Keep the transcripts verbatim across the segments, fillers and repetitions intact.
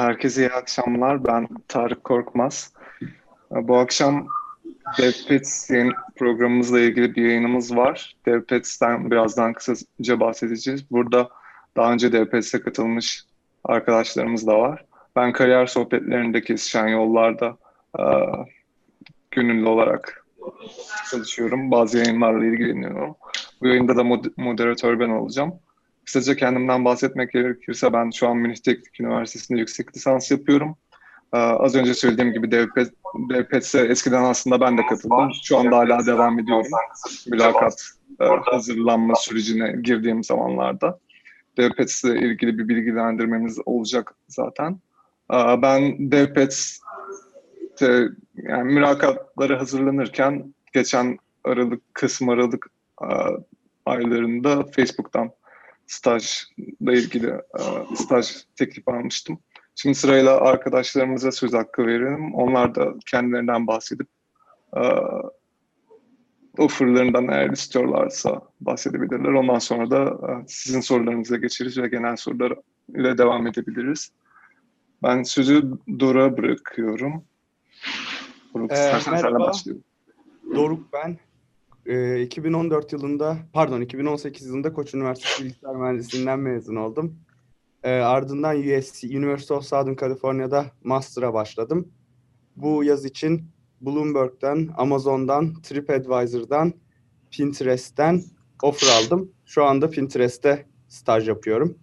Herkese iyi akşamlar. Ben Tarık Korkmaz. Bu akşam DevPets yayın programımızla ilgili bir yayınımız var. DevPets'ten birazdan kısaca bahsedeceğiz. Burada daha önce DevPets'e katılmış arkadaşlarımız da var. Ben kariyer sohbetlerinde kesişen yollarda e, gönüllü olarak çalışıyorum. Bazı yayınlarla ilgileniyorum. Bu yayında da mod- moderatör ben olacağım. Kısaca kendimden bahsetmek gerekirse ben şu an Münih Teknik Üniversitesi'nde yüksek lisans yapıyorum. Ee, az önce söylediğim gibi DevPet, DevPets'e eskiden aslında ben de katıldım. Şu anda hala devam ediyorum. Mülakat e, hazırlanma sürecine girdiğim zamanlarda. DevPets'le ilgili bir bilgilendirmemiz olacak zaten. Ee, ben DevPets'te yani mülakatları hazırlanırken geçen Aralık, Kasım Aralık e, aylarında Facebook'tan stajla ilgili e, staj teklifi almıştım. Şimdi sırayla arkadaşlarımıza söz hakkı verelim. Onlar da kendilerinden bahsedip e, offerlarından eğer istiyorlarsa bahsedebilirler. Ondan sonra da e, sizin sorularınıza geçeriz ve genel sorular ile devam edebiliriz. Ben sözü Doruk'a bırakıyorum. Doruk, Ee, istersen senle merhaba, başlayalım. Doruk ben. Ee, iki bin on dört yılında, pardon iki bin on sekiz yılında Koç Üniversitesi Bilgisayar Mühendisliğinden mezun oldum. Ee, ardından U S C, University of Southern California'da Master'a başladım. Bu yaz için Bloomberg'den, Amazon'dan, TripAdvisor'dan, Pinterest'ten offer aldım. Şu anda Pinterest'te staj yapıyorum.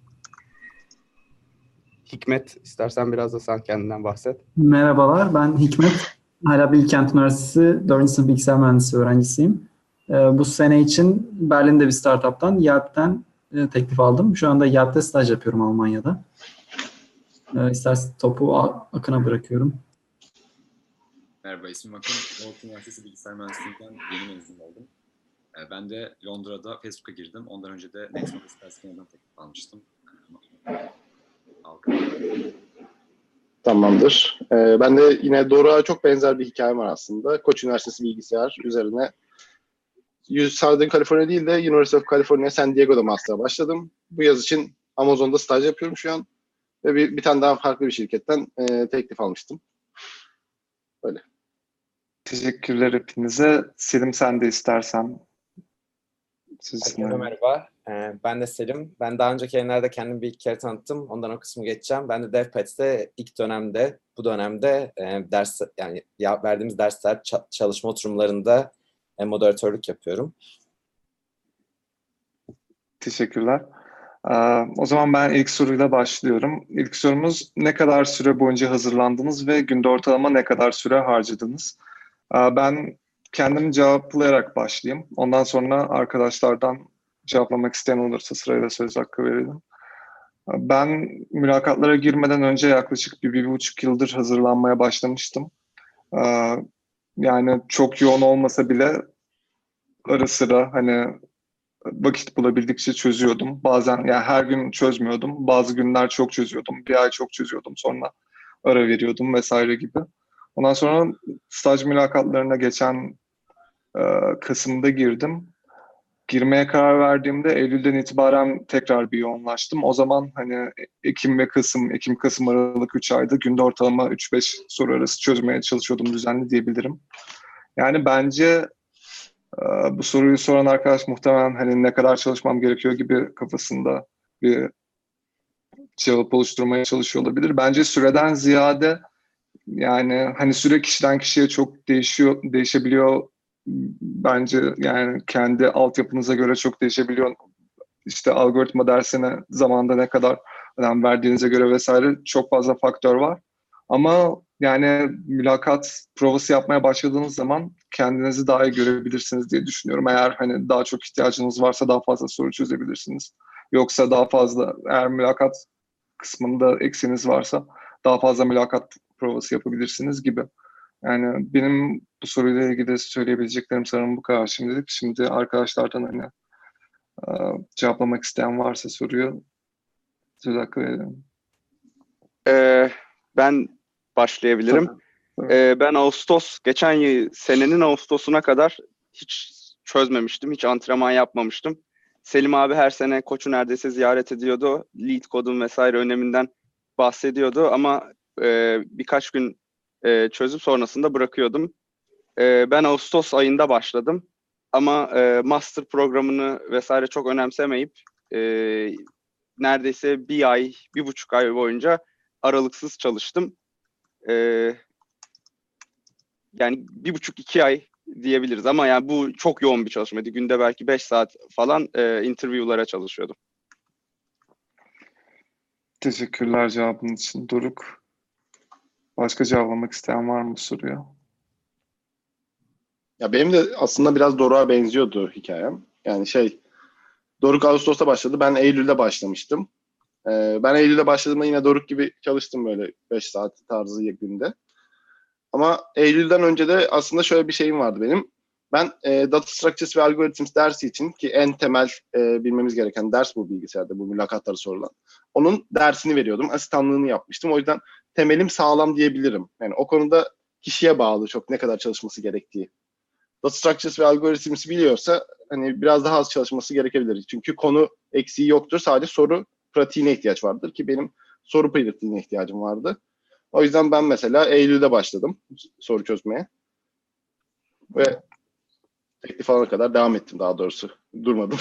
Hikmet, istersen biraz da sen kendinden bahset. Merhabalar, ben Hikmet. Hala Bilkent Üniversitesi dördüncü sınıf bilgisayar mühendisliği öğrencisiyim. Ee, bu sene için Berlin'de bir startuptan, Yelp'ten e, teklif aldım. Şu anda Yelp'te staj yapıyorum Almanya'da. Ee, istersen topu A- Akın'a bırakıyorum. Merhaba, ismim Akın. Boğaziçi Üniversitesi Bilgisayar Mühendisliğinden yeni mezun oldum. Ee, Ben de Londra'da Facebook'a girdim. Ondan önce de Nextmobiles Personel'den teklif almıştım. Aldım. Tamamdır. Ee, ben de yine Doruk'a çok benzer bir hikayem var aslında. Koç Üniversitesi Bilgisayar üzerine Southern California değil de University of California San Diego'da master'a başladım. Bu yaz için Amazon'da staj yapıyorum şu an. Ve bir, bir tane daha farklı bir şirketten e, teklif almıştım. Öyle. Teşekkürler hepinize. Selim sen de istersen. Herkese merhaba. Ee, ben de Selim. Ben daha önceki yayınlarda kendimi bir iki kere tanıttım. Ondan o kısmı geçeceğim. Ben de DevPets'te ilk dönemde, bu dönemde e, ders yani ya, verdiğimiz dersler, ça- çalışma oturumlarında e, moderatörlük yapıyorum. Teşekkürler. Ee, o zaman ben ilk soruyla başlıyorum. İlk sorumuz ne kadar süre boyunca hazırlandınız ve günde ortalama ne kadar süre harcadınız? Ee, ben kendim cevaplayarak başlayayım. Ondan sonra arkadaşlardan cevaplamak isteyen olursa sırayla söz hakkı verelim. Ben mülakatlara girmeden önce yaklaşık bir, bir buçuk yıldır hazırlanmaya başlamıştım. Ee, yani çok yoğun olmasa bile ara sıra hani vakit bulabildikçe çözüyordum. Bazen yani her gün çözmüyordum. Bazı günler çok çözüyordum. Bir ay çok çözüyordum. Sonra ara veriyordum vesaire gibi. Ondan sonra staj mülakatlarına geçen e, Kasım'da girdim. Girmeye karar verdiğimde Eylül'den itibaren tekrar bir yoğunlaştım. O zaman hani Ekim ve Kasım, Ekim-Kasım Aralık üç ayda günde ortalama üç beş soru arası çözmeye çalışıyordum düzenli diyebilirim. Yani bence Ee, bu soruyu soran arkadaş muhtemelen hani ne kadar çalışmam gerekiyor gibi kafasında bir cevap oluşturmaya çalışıyor olabilir. Bence süreden ziyade yani hani süre kişiden kişiye çok değişiyor, değişebiliyor. Bence yani kendi altyapınıza göre çok değişebiliyor. İşte algoritma dersine zamanda ne kadar önem verdiğinize göre vesaire çok fazla faktör var. Ama yani mülakat provası yapmaya başladığınız zaman kendinizi daha iyi görebilirsiniz diye düşünüyorum. Eğer hani daha çok ihtiyacınız varsa daha fazla soru çözebilirsiniz. Yoksa daha fazla eğer mülakat kısmında eksiğiniz varsa daha fazla mülakat provası yapabilirsiniz gibi. Yani benim bu soruyla ilgili söyleyebileceklerim sanırım bu kadar şimdilik. Şimdi arkadaşlardan hani cevaplamak isteyen varsa soruyu söz hakkı verelim. Ee, ben başlayabilirim. Tabii, tabii. Ee, ben Ağustos, geçen yıl senenin Ağustos'una kadar hiç çözmemiştim, hiç antrenman yapmamıştım. Selim abi her sene koçu neredeyse ziyaret ediyordu. Lead kodun vesaire öneminden bahsediyordu ama e, birkaç gün e, çözüp sonrasında bırakıyordum. E, ben Ağustos ayında başladım ama e, master programını vesaire çok önemsemeyip e, neredeyse bir ay, bir buçuk ay boyunca aralıksız çalıştım. E, yani bir buçuk iki ay diyebiliriz ama yani bu çok yoğun bir çalışmaydı. Günde belki beş saat falan e, interview'lara çalışıyordum. Teşekkürler cevabın için Doruk. Başka cevaplamak isteyen var mı bu soruya? Ya benim de aslında biraz Doruk'a benziyordu hikayem. Yani şey, Doruk Ağustos'ta başladı. Ben Eylül'de başlamıştım. Ee, ben Eylül'de başladığımda yine Doruk gibi çalıştım böyle beş saat tarzı günde. Ama Eylül'den önce de aslında şöyle bir şeyim vardı benim. Ben e, Data Structures ve Algorithms dersi için, ki en temel e, bilmemiz gereken ders bu bilgisayarda, bu mülakatları sorulan. Onun dersini veriyordum. Asistanlığını yapmıştım. O yüzden temelim sağlam diyebilirim. Yani o konuda kişiye bağlı çok ne kadar çalışması gerektiği. Data Structures ve Algorithms biliyorsa hani biraz daha az çalışması gerekebilir. Çünkü konu eksiği yoktur. Sadece soru pratiğine ihtiyaç vardır ki benim soru pratiğine ihtiyacım vardı. O yüzden ben mesela Eylül'de başladım soru çözmeye. Ve teklif alana kadar devam ettim daha doğrusu. Durmadım.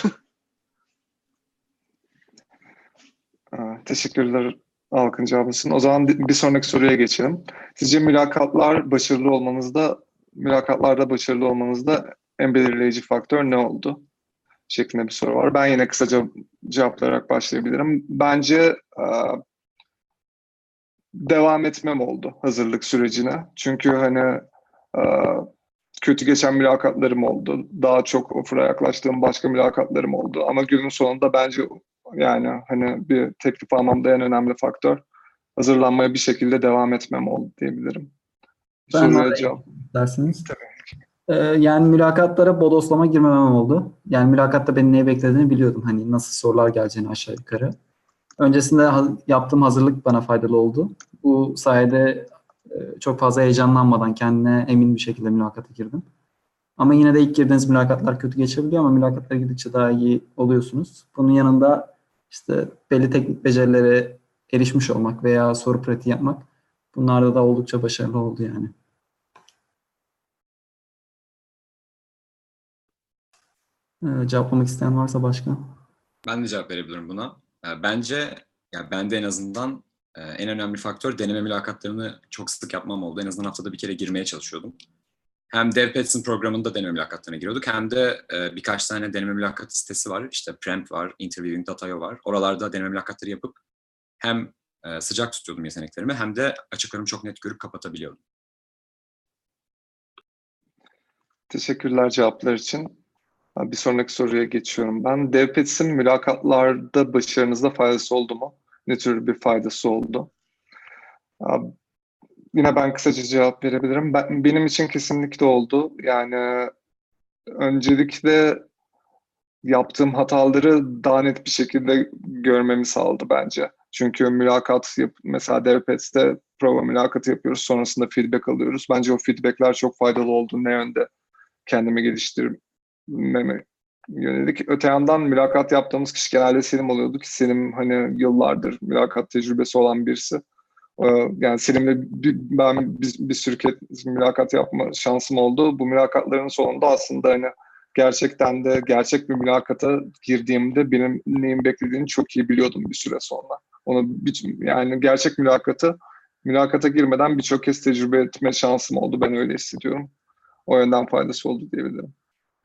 Ee, Teşekkürler Alkın cevabı için. O zaman bir sonraki soruya geçelim. Sizce mülakatlar başarılı olmanızda, mülakatlarda başarılı olmanızda en belirleyici faktör ne oldu? Şeklinde bir soru var. Ben yine kısaca cevaplayarak başlayabilirim. Bence e, devam etmem oldu hazırlık sürecine. Çünkü hani e, kötü geçen mülakatlarım oldu. Daha çok offer'a yaklaştığım başka mülakatlarım oldu. Ama günün sonunda bence yani hani bir teklif almamda en önemli faktör hazırlanmaya bir şekilde devam etmem oldu diyebilirim. Bir Ben soruya oraya cevap. dersiniz. Ee, yani mülakatlara bodoslama girmemem oldu. Yani mülakatta beni neye beklediğini biliyordum. Hani nasıl sorular geleceğini aşağı yukarı. Öncesinde ha- yaptığım hazırlık bana faydalı oldu. Bu sayede e, çok fazla heyecanlanmadan kendine emin bir şekilde mülakata girdim. Ama yine de ilk girdiğiniz mülakatlar kötü geçebiliyor ama mülakatlara gidince daha iyi oluyorsunuz. Bunun yanında işte belli teknik becerilere erişmiş olmak veya soru pratiği yapmak, bunlarda da oldukça başarılı oldu yani. Ee, cevaplamak isteyen varsa başka. Ben de cevap verebilirim buna. E, Bence ya bende en azından e, en önemli faktör deneme mülakatlarını çok sık yapmam oldu. En azından haftada bir kere girmeye çalışıyordum. Hem DevPats'in programında deneme mülakatlarına giriyorduk hem de e, birkaç tane deneme mülakat sitesi var. İşte Premp var, Interviewing dot io var. Oralarda deneme mülakatları yapıp hem e, sıcak tutuyordum yeteneklerimi hem de açıklarımı çok net görüp kapatabiliyordum. Teşekkürler cevaplar için. Bir sonraki soruya geçiyorum ben. DevPats'in mülakatlarda başarınızda faydası oldu mu? Ne tür bir faydası oldu? Yine ben kısaca cevap verebilirim. Ben, benim için kesinlikle oldu. Yani öncelikle yaptığım hataları daha net bir şekilde görmemi sağladı bence. Çünkü mülakat yap, mesela DevPats'te prova mülakatı yapıyoruz. Sonrasında feedback alıyoruz. Bence o feedbackler çok faydalı oldu. Ne yönde kendimi geliştirmeme yönelik. Öte yandan mülakat yaptığımız kişi genelde Selim oluyordu ki Selim hani yıllardır mülakat tecrübesi olan birisi. Yani Selim'le bir, ben bir, bir sürü kez mülakat yapma şansım oldu. Bu mülakatların sonunda aslında hani gerçekten de gerçek bir mülakata girdiğimde benim neyin beklediğini çok iyi biliyordum bir süre sonra. Onu bir, yani gerçek mülakatı mülakata girmeden birçok kez tecrübe etme şansım oldu. Ben öyle hissediyorum. O yönden faydası oldu diyebilirim.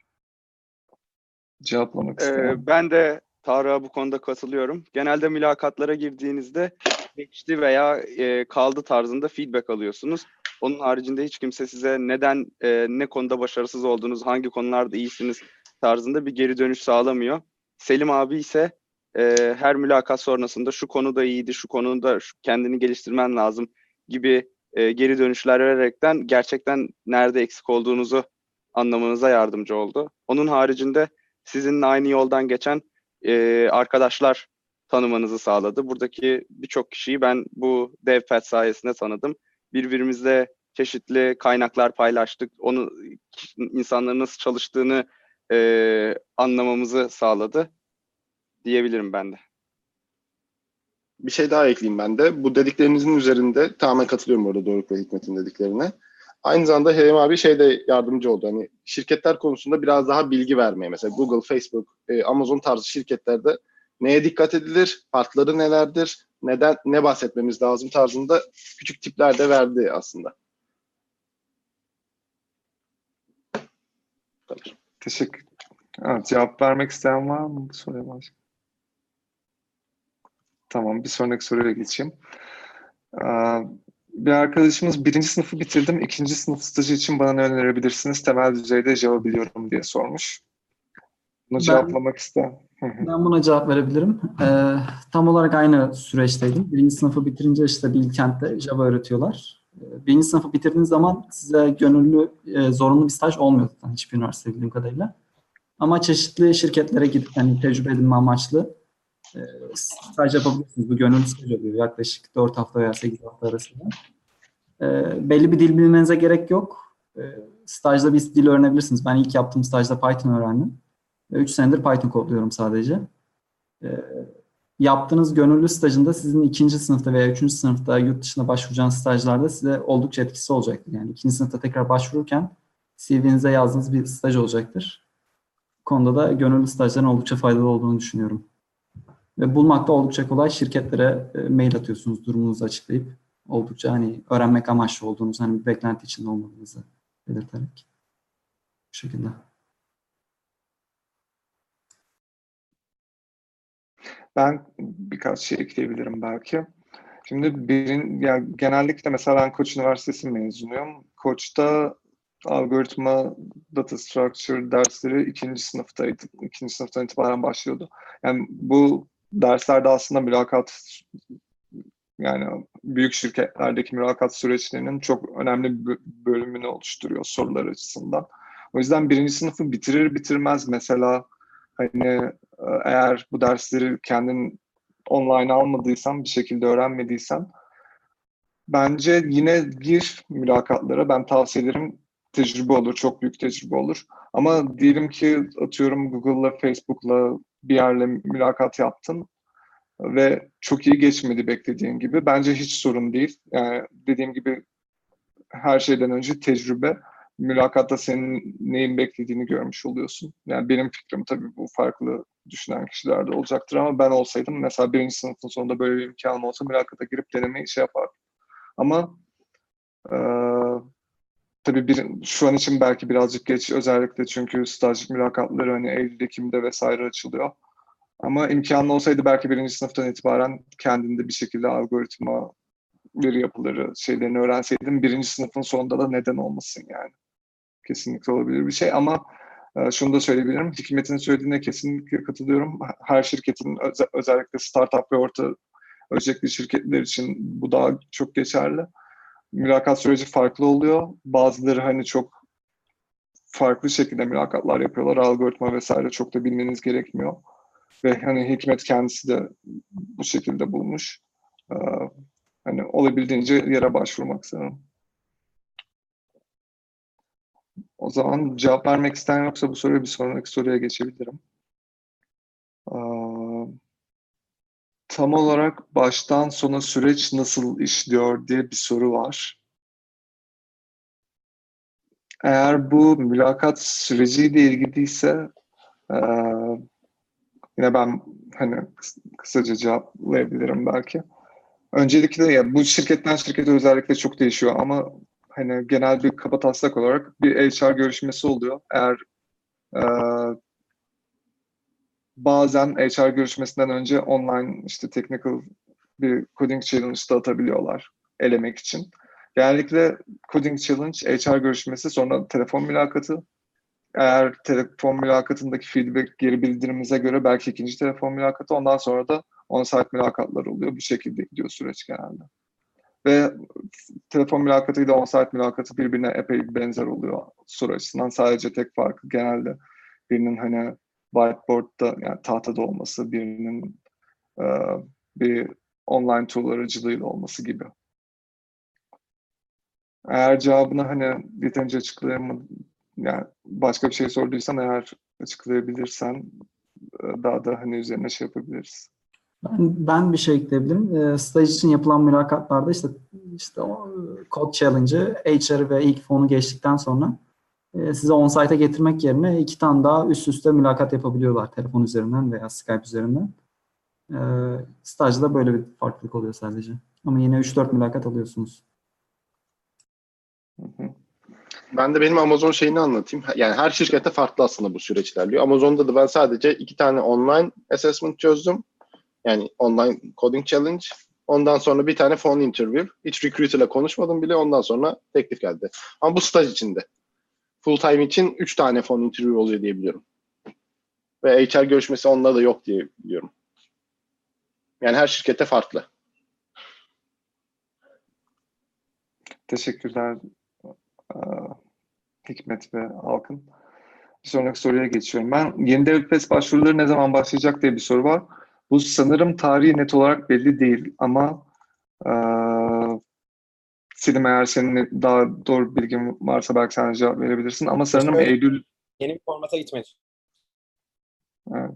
Cevaplamak isteyen. Ee, ben de Tarık'a bu konuda katılıyorum. Genelde mülakatlara girdiğinizde geçti veya e, kaldı tarzında feedback alıyorsunuz. Onun haricinde hiç kimse size neden, e, ne konuda başarısız olduğunuz, hangi konularda iyisiniz tarzında bir geri dönüş sağlamıyor. Selim abi ise e, her mülakat sonrasında şu konuda iyiydi, şu konuda şu, kendini geliştirmen lazım gibi e, geri dönüşler vererekten gerçekten nerede eksik olduğunuzu anlamanıza yardımcı oldu. Onun haricinde sizinle aynı yoldan geçen e, arkadaşlar tanımanızı sağladı. Buradaki birçok kişiyi ben bu DevPads sayesinde tanıdım. Birbirimizle çeşitli kaynaklar paylaştık. Onu insanların nasıl çalıştığını e, anlamamızı sağladı diyebilirim ben de. bir şey daha ekleyeyim ben de. Bu dediklerinizin üzerinde tamamen katılıyorum orada Doruk ve Hikmet'in dediklerine. Aynı zamanda Herim abi şey de yardımcı oldu. Hani şirketler konusunda biraz daha bilgi vermeye. Mesela Google, Facebook, e, Amazon tarzı şirketlerde neye dikkat edilir, farkları nelerdir, neden ne bahsetmemiz lazım tarzında küçük tipler de verdi aslında. Tabii. Teşekkür. Evet, cevap vermek isteyen var mı bu soruya başka? Tamam, bir sonraki soruya geçeyim. Ee, Bir arkadaşımız birinci sınıfı bitirdim, ikinci sınıf stajı için bana ne önerebilirsiniz? Temel düzeyde Java biliyorum diye sormuş. Bunu Ben cevaplamak isteyen. Hı hı. Ben buna cevap verebilirim. Ee, tam olarak aynı süreçteydim. Birinci sınıfı bitirince işte Bilkent'te Java öğretiyorlar. Ee, Birinci sınıfı bitirdiğiniz zaman size gönüllü, e, zorunlu bir staj olmuyor zaten hiçbir üniversite bildiğim kadarıyla. Ama çeşitli şirketlere gidip hani tecrübe edinme amaçlı e, staj yapabilirsiniz. Bu gönüllü staj oluyor. Yaklaşık dört hafta veya sekiz hafta arasında. E, belli bir dil bilmenize gerek yok. E, stajda bir dil öğrenebilirsiniz. Ben ilk yaptığım stajda Python öğrendim. üç senedir Python kodluyorum sadece. E, yaptığınız gönüllü stajında sizin ikinci sınıfta veya üçüncü sınıfta yurt dışına başvuracağınız stajlarda size oldukça etkisi olacaktır. Yani ikinci sınıfta tekrar başvururken C V'nize yazdığınız bir staj olacaktır. Bu konuda da gönüllü stajların oldukça faydalı olduğunu düşünüyorum. Ve bulmak da oldukça kolay. Şirketlere e, mail atıyorsunuz durumunuzu açıklayıp oldukça hani öğrenmek amaçlı olduğunuz hani bir beklenti içinde olmadığınızı belirterek. Bu şekilde. Ben birkaç şey ekleyebilirim belki. Şimdi birin, yani genellikle mesela ben Koç Üniversitesi mezunuyum. Koç'ta algoritma, data structure dersleri ikinci sınıftaydı. İkinci sınıftan itibaren başlıyordu. Yani bu derslerde aslında mülakat, yani büyük şirketlerdeki mülakat süreçlerinin çok önemli bir bölümünü oluşturuyor sorular açısından. O yüzden birinci sınıfı bitirir bitirmez mesela hani eğer bu dersleri kendin online almadıysan, bir şekilde öğrenmediysen bence yine gir mülakatlara. Ben tavsiye ederim. Tecrübe olur, çok büyük tecrübe olur. Ama diyelim ki atıyorum Google'la, Facebook'la bir yerle mülakat yaptın ve çok iyi geçmedi beklediğin gibi. Bence hiç sorun değil. Yani dediğim gibi her şeyden önce tecrübe. Mülakatta senin neyin beklediğini görmüş oluyorsun. Yani benim fikrim tabii bu farklı düşünen kişilerde olacaktır ama ben olsaydım mesela birinci sınıfın sonunda böyle bir imkanım olsa mülakata girip denemeyi şey yapardım. Ama e, tabii bir, şu an için belki birazcık geç özellikle çünkü staj mülakatları hani Eylül, Ekim'de vesaire açılıyor. Ama imkanlı olsaydı belki birinci sınıftan itibaren kendinde bir şekilde algoritma, veri yapıları şeylerini öğrenseydim birinci sınıfın sonunda da neden olmasın yani. Kesinlikle olabilir bir şey ama e, şunu da söyleyebilirim. Hikmet'in söylediğine kesinlikle katılıyorum. Her şirketin öz- özellikle startup ve orta ölçekli şirketler için bu daha çok geçerli. Mülakat süreci farklı oluyor. Bazıları hani çok farklı şekilde mülakatlar yapıyorlar. Algoritma vesaire çok da bilmeniz gerekmiyor. Ve hani Hikmet kendisi de bu şekilde bulmuş. Ee, hani olabildiğince yere başvurmak sanırım. O zaman cevap vermek isteyen yoksa bu soruya bir sonraki soruya geçebilirim. Ee, tam olarak baştan sona süreç nasıl işliyor diye bir soru var. Eğer bu mülakat süreciyle ilgiliyse e, yine ben hani kısaca cevaplayabilirim belki. Öncelikle ya bu şirketten şirkete özellikle çok değişiyor ama hani genel bir kabataslak olarak bir H R görüşmesi oluyor. Eğer e, bazen H R görüşmesinden önce online işte technical bir coding challenge da atabiliyorlar elemek için. Genellikle coding challenge, H R görüşmesi, sonra telefon mülakatı. Eğer telefon mülakatındaki feedback geri bildirimimize göre belki ikinci telefon mülakatı, ondan sonra da on-site mülakatlar oluyor. Bu şekilde gidiyor süreç genelde. Ve telefon mülakatı ile on-site mülakatı birbirine epey benzer oluyor soru açısından. Sadece tek farkı genelde birinin hani whiteboard'da yani tahtada olması, birinin e, bir online tool aracılığıyla olması gibi. Eğer cevabını hani yeterince açıklayamadım, yani başka bir şey sorduysan eğer açıklayabilirsen daha da hani üzerine şey yapabiliriz. Ben, ben bir şey ekleyebilirim. E, staj için yapılan mülakatlarda işte işte o code challenge'ı, H R ve ilk fonu geçtikten sonra e, size on-site'a getirmek yerine iki tane daha üst üste mülakat yapabiliyorlar telefon üzerinden veya Skype üzerinden. E, stajda böyle bir farklılık oluyor sadece. Ama yine üç dört mülakat alıyorsunuz. Hı hı. Ben de benim Amazon şeyini anlatayım. Yani her şirkette farklı aslında bu süreç ilerliyor. Amazon'da da ben sadece iki tane online assessment çözdüm. Yani online coding challenge. Ondan sonra bir tane phone interview. Hiç recruiter'la konuşmadım bile. Ondan sonra teklif geldi. Ama bu staj içinde. Full time için üç tane phone interview oluyor diye biliyorum. Ve H R görüşmesi onlarda da yok diye biliyorum. Yani her şirkette farklı. Teşekkürler e, Hikmet ve Alkın. Bir sonraki soruya geçiyorum. Ben yeni DevPass başvuruları ne zaman başlayacak diye bir soru var. Bu sanırım tarihi net olarak belli değil ama e, Selim, eğer senin daha doğru bilgin varsa belki sen de cevap verebilirsin. Ama sanırım Şöyle, Eylül... Yeni bir formata gitmek. Evet.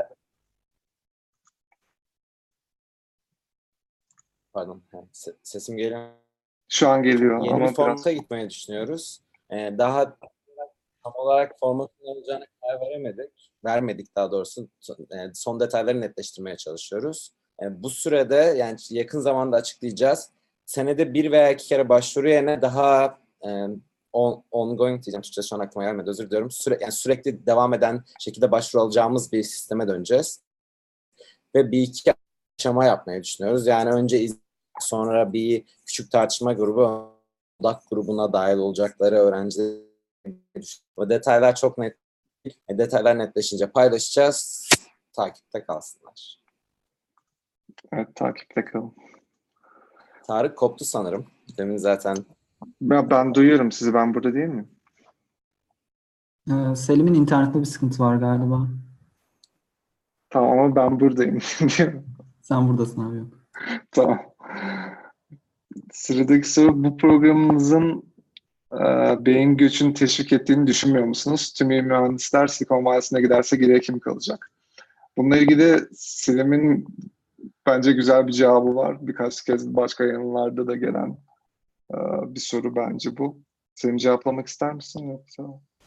Pardon, ha, se- sesim geliyor. Şu an geliyor Yeni ama bir formata biraz... gitmeyi düşünüyoruz. Ee, daha tam olarak formatın ne olacağına karar veremedik. Vermedik daha doğrusu. Son, son detayları netleştirmeye çalışıyoruz. Ee, bu sürede yani yakın zamanda açıklayacağız. Senede bir veya iki kere başvuru yerine daha e, on, ongoing diyeceğim. Türkçe şu an aklıma gelmedi, özür diliyorum. Süre, yani sürekli devam eden şekilde başvuru alacağımız bir sisteme döneceğiz. Ve bir iki aşama yapmayı düşünüyoruz. Yani önce iz, sonra bir küçük tartışma grubu, odak grubuna dahil olacakları öğrenciler. O detaylar çok net. Detaylar netleşince paylaşacağız. Takipte kalsınlar. Evet, takipte kalın. Tarık koptu sanırım. Demin zaten. Ben, ben duyuyorum sizi. Ben burada değil miyim? Ee, Selim'in internette bir sıkıntı var galiba. Tamam ama ben buradayım. Sen buradasın abi, yok. Tamam. Sıradaki soru, bu programımızın e, beyin göçünü teşvik ettiğini düşünmüyor musunuz? Tüm iyi mühendisler Silikon Vadisi'ne giderse geriye kim kalacak? Bununla ilgili Selim'in bence güzel bir cevabı var. Birkaç kez başka yayınlarda da gelen e, bir soru bence bu. Selim, cevaplamak ister misin yoksa?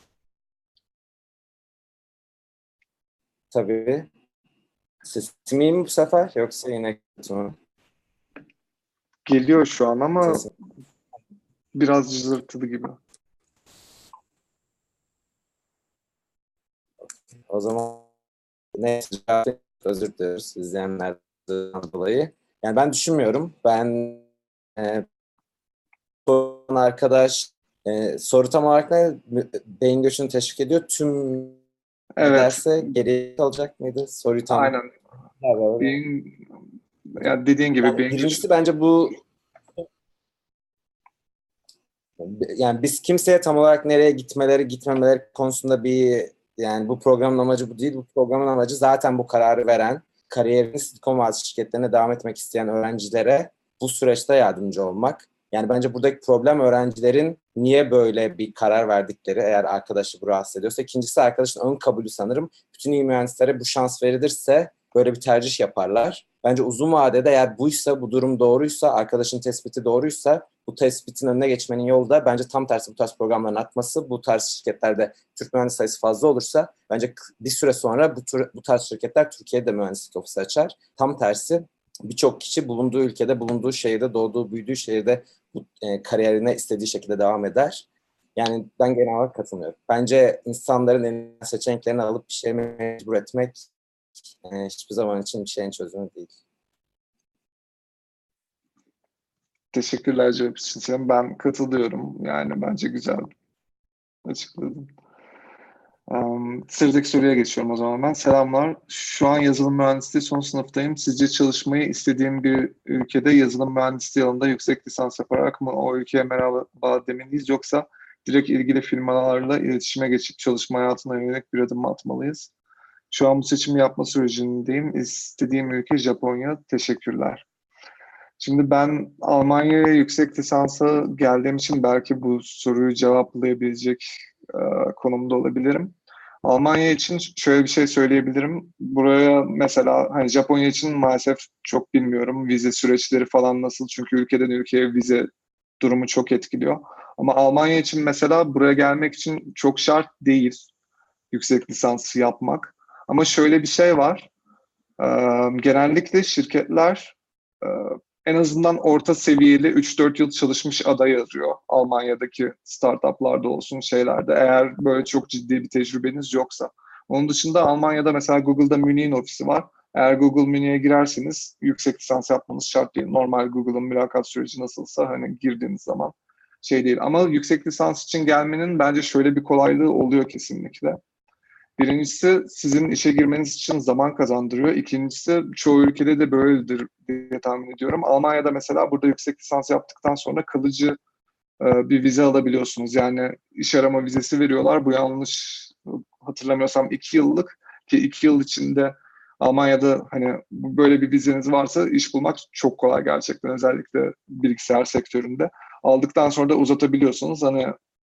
Tabii. Sesim iyi mi bu sefer yoksa yine kötü mü? Geliyor şu an ama Sesim. biraz cızırtılı gibi. O zaman ne özür dileriz izleyenlerden dolayı. Yani ben düşünmüyorum. Ben e, soran arkadaş e, soru tam olarak ne? Beyin göçünü teşvik ediyor. Tüm Evet, giderse geriye kalacak mıydı? Soruyu tam. aynen. Beyin, ya dediğin gibi Yani beyin birincisi göçü. bence bu, yani biz kimseye tam olarak nereye gitmeleri gitmemeleri konusunda bir, yani bu programın amacı bu değil. Bu programın amacı zaten bu kararı veren, kariyerini Silikon Vadisi şirketlerine devam etmek isteyen öğrencilere bu süreçte yardımcı olmak. Yani bence buradaki problem öğrencilerin niye böyle bir karar verdikleri, eğer arkadaşı bu rahatsız ediyorsa. İkincisi, arkadaşın ön kabulü sanırım. Bütün iyi mühendislere bu şans verilirse böyle bir tercih yaparlar. Bence uzun vadede eğer buysa, bu durum doğruysa, arkadaşın tespiti doğruysa, bu tespitin önüne geçmenin yolu da bence tam tersi bu tarz programların artması. Bu tarz şirketlerde Türk mühendis sayısı fazla olursa bence bir süre sonra bu, tür, bu tarz şirketler Türkiye'de mühendislik ofisi açar. Tam tersi birçok kişi bulunduğu ülkede, bulunduğu şehirde, doğduğu, büyüdüğü şehirde bu e, kariyerine istediği şekilde devam eder. Yani ben genel olarak katılmıyorum. Bence insanların en seçeneklerini alıp bir şeye mecbur etmek e, hiçbir zaman için bir şeyin çözümü değil. Teşekkürler cevap için. Ben katılıyorum. Yani bence güzel açıkladın. Um, sıradaki soruya geçiyorum o zaman ben. Selamlar. Şu an yazılım mühendisliği son sınıftayım. Sizce çalışmayı istediğim bir ülkede yazılım mühendisliği alanında yüksek lisans yaparak mı o ülkeye merhaba demeliyiz, yoksa direkt ilgili firmalarla iletişime geçip çalışma hayatına yönelik bir adım mı atmalıyız? Şu an bu seçimi yapma sürecindeyim. İstediğim ülke Japonya. Teşekkürler. Şimdi ben Almanya'ya yüksek lisansa geldiğim için belki bu soruyu cevaplayabilecek e, konumda olabilirim. Almanya için şöyle bir şey söyleyebilirim. Buraya mesela hani Japonya için maalesef çok bilmiyorum. Vize süreçleri falan nasıl? Çünkü ülkeden ülkeye vize durumu çok etkiliyor. Ama Almanya için mesela buraya gelmek için çok şart değil yüksek lisansı yapmak. Ama şöyle bir şey var. Ee, genellikle şirketler e, en azından orta seviyeli üç dört yıl çalışmış aday arıyor. Almanya'daki startuplarda olsun şeylerde. Eğer böyle çok ciddi bir tecrübeniz yoksa. Onun dışında Almanya'da mesela Google'da Münih'in ofisi var. Eğer Google Münih'e girerseniz yüksek lisans yapmanız şart değil. Normal Google'ın mülakat süreci nasılsa hani girdiğiniz zaman şey değil. Ama yüksek lisans için gelmenin bence şöyle bir kolaylığı oluyor kesinlikle. Birincisi sizin işe girmeniz için zaman kazandırıyor. İkincisi çoğu ülkede de böyledir diye tahmin ediyorum. Almanya'da mesela burada yüksek lisans yaptıktan sonra kalıcı e, bir vize alabiliyorsunuz. Yani iş arama vizesi veriyorlar. Bu yanlış hatırlamıyorsam iki yıllık ki iki yıl içinde Almanya'da hani böyle bir vizeniz varsa iş bulmak çok kolay gerçekten, özellikle bilgisayar sektöründe. Aldıktan sonra da uzatabiliyorsunuz. Hani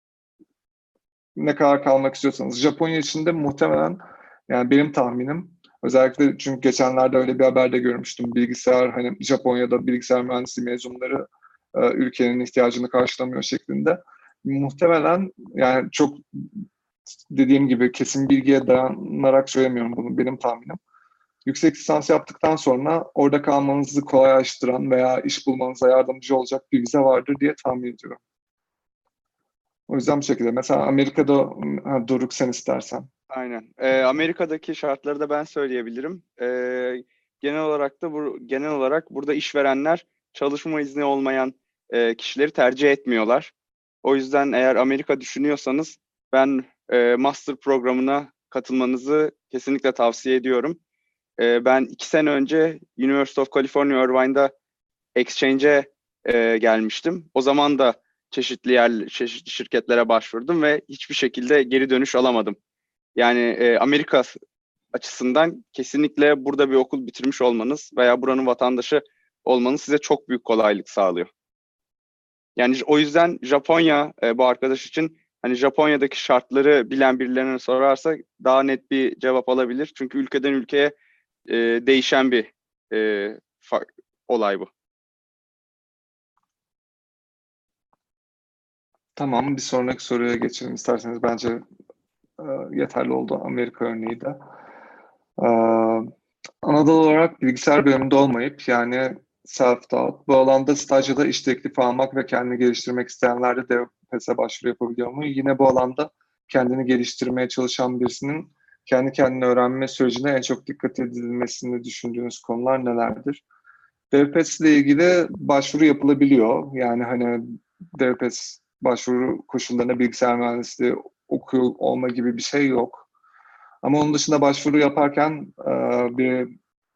ne kadar kalmak istiyorsanız. Japonya için de muhtemelen, yani benim tahminim, özellikle çünkü geçenlerde öyle bir haberde görmüştüm. Bilgisayar, hani Japonya'da bilgisayar mühendisliği mezunları e, ülkenin ihtiyacını karşılamıyor şeklinde. Muhtemelen, yani çok dediğim gibi kesin bilgiye dayanarak söylemiyorum bunu, benim tahminim. Yüksek lisans yaptıktan sonra orada kalmanızı kolaylaştıran veya iş bulmanıza yardımcı olacak bir vize vardır diye tahmin ediyorum. O yüzden bu şekilde. Mesela Amerika'da, ha, Doruk sen istersen. Aynen. Ee, Amerika'daki şartları da ben söyleyebilirim. Ee, genel olarak da bu genel olarak burada işverenler çalışma izni olmayan e, kişileri tercih etmiyorlar. O yüzden eğer Amerika düşünüyorsanız ben e, master programına katılmanızı kesinlikle tavsiye ediyorum. E, ben iki sene önce University of California Irvine'da exchange'e e, gelmiştim. O zaman da çeşitli yer, çeşitli şirketlere başvurdum ve hiçbir şekilde geri dönüş alamadım. Yani e, Amerika açısından kesinlikle burada bir okul bitirmiş olmanız veya buranın vatandaşı olmanız size çok büyük kolaylık sağlıyor. Yani o yüzden Japonya e, bu arkadaş için hani Japonya'daki şartları bilen birilerine sorarsa daha net bir cevap alabilir. Çünkü ülkeden ülkeye e, değişen bir e, fa- olay bu. Tamam, bir sonraki soruya geçelim isterseniz. Bence e, yeterli oldu Amerika örneği de. E, Anadolu olarak bilgisayar bölümünde olmayıp, yani self-taught, bu alanda staj ya da iş teklifi almak ve kendini geliştirmek isteyenler de DevPES'e başvuru yapabiliyor mu? Yine bu alanda kendini geliştirmeye çalışan birisinin kendi kendine öğrenme sürecinde en çok dikkat edilmesini düşündüğünüz konular nelerdir? DevPES ile ilgili başvuru yapılabiliyor. Yani hani DevPES başvuru koşullarına bilgisayar mühendisliği okuyor olma gibi bir şey yok. Ama onun dışında başvuru yaparken e, bir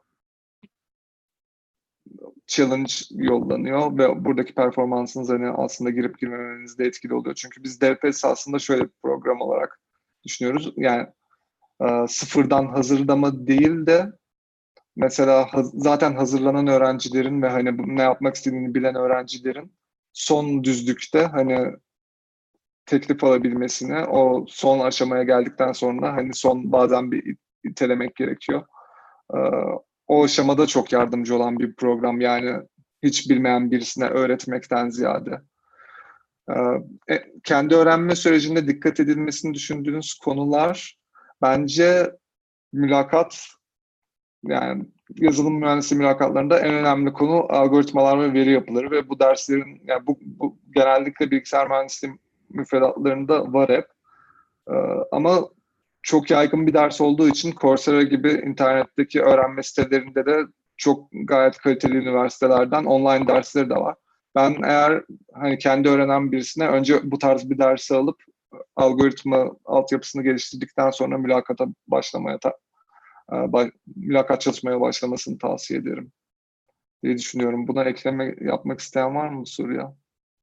challenge yollanıyor ve buradaki performansınız hani aslında girip girmemenizde etkili oluyor. Çünkü biz DevPES aslında şöyle bir program olarak düşünüyoruz. Yani e, sıfırdan hazırlama değil de mesela haz- zaten hazırlanan öğrencilerin ve hani bu- ne yapmak istediğini bilen öğrencilerin son düzlükte hani teklif alabilmesini, o son aşamaya geldikten sonra hani son bazen bir it- itelemek gerekiyor. Ee, o aşamada çok yardımcı olan bir program, yani hiç bilmeyen birisine öğretmekten ziyade. Ee, e, kendi öğrenme sürecinde dikkat edilmesini düşündüğünüz konular bence mülakat, yani yazılım mühendisliği mülakatlarında en önemli konu algoritmalar ve veri yapıları ve bu derslerin, yani bu, bu genellikle bilgisayar mühendisliği müfredatlarında var hep. Ee, ama çok yaygın bir ders olduğu için Coursera gibi internetteki öğrenme sitelerinde de çok gayet kaliteli üniversitelerden online dersleri de var. Ben eğer hani kendi öğrenen birisine önce bu tarz bir dersi alıp algoritma altyapısını geliştirdikten sonra mülakata başlamaya ta, mülakat çalışmaya başlamasını tavsiye ederim diye düşünüyorum. Buna ekleme yapmak isteyen var mı bu soruya?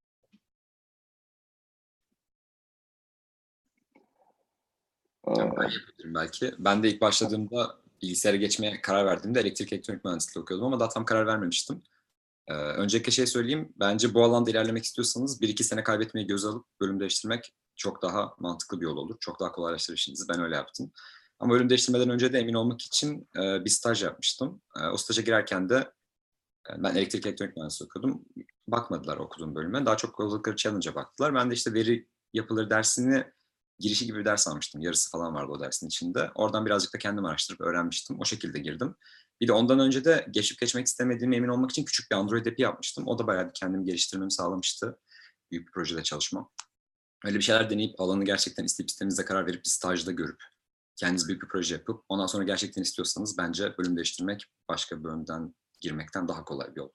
Yani ben yapabilirim belki. Ben de ilk başladığımda bilgisayara geçmeye karar verdiğimde elektrik elektronik mühendisliği okuyordum ama daha tam karar vermemiştim. Ee, öncelikle şey söyleyeyim. Bence bu alanda ilerlemek istiyorsanız bir iki sene kaybetmeyi göze alıp bölüm değiştirmek çok daha mantıklı bir yol olur. Çok daha kolaylaştırır işinizi. Ben öyle yaptım. Ama bölüm değiştirmeden önce de emin olmak için e, bir staj yapmıştım. E, o staja girerken de e, ben elektrik elektronik mühendisliği okudum. Bakmadılar okuduğum bölüme. Daha çok uyguladıkları challenge'a baktılar. Ben de işte veri yapıları dersini girişi gibi bir ders almıştım. Yarısı falan vardı o dersin içinde. Oradan birazcık da kendim araştırıp öğrenmiştim. O şekilde girdim. Bir de ondan önce de geçip geçmek istemediğime emin olmak için küçük bir Android app'i yapmıştım. O da bayağı bir kendimi geliştirmemi sağlamıştı. Büyük bir projede çalışmam. Öyle bir şeyler deneyip alanı gerçekten isteyip istemediğinize karar verip bir stajda görüp kendiniz büyük bir proje yapıp ondan sonra gerçekten istiyorsanız bence bölüm değiştirmek başka bir bölümden girmekten daha kolay bir yol.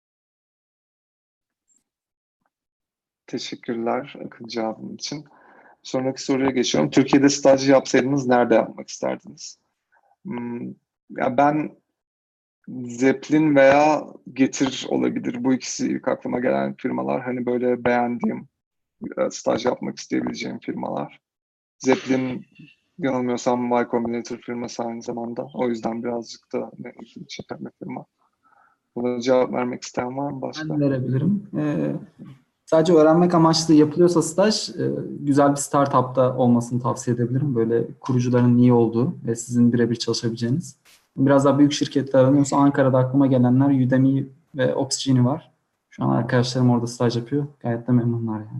Teşekkürler Akın cevabın için. Sonraki soruya geçiyorum. Türkiye'de staj yapsaydınız nerede yapmak isterdiniz? Hmm, ya ben Zeppelin veya Getir olabilir. Bu ikisi ilk aklıma gelen firmalar. Hani böyle beğendiğim, e, staj yapmak isteyebileceğim firmalar. Zeppelin yanılmıyorsam Y Combinator firması aynı zamanda. O yüzden birazcık da ne ilgimi çeken bir firma. Buna cevap vermek isteyen var mı başka? Ben verebilirim. Ee, sadece öğrenmek amaçlı yapılıyorsa staj, e, güzel bir startupta olmasını tavsiye edebilirim. Böyle kurucuların iyi olduğu ve sizin birebir çalışabileceğiniz. Biraz daha büyük şirketler aranıyorsa Ankara'da aklıma gelenler Udemy ve Opsgenie var. Şu an arkadaşlarım orada staj yapıyor. Gayet de memnunlar yani.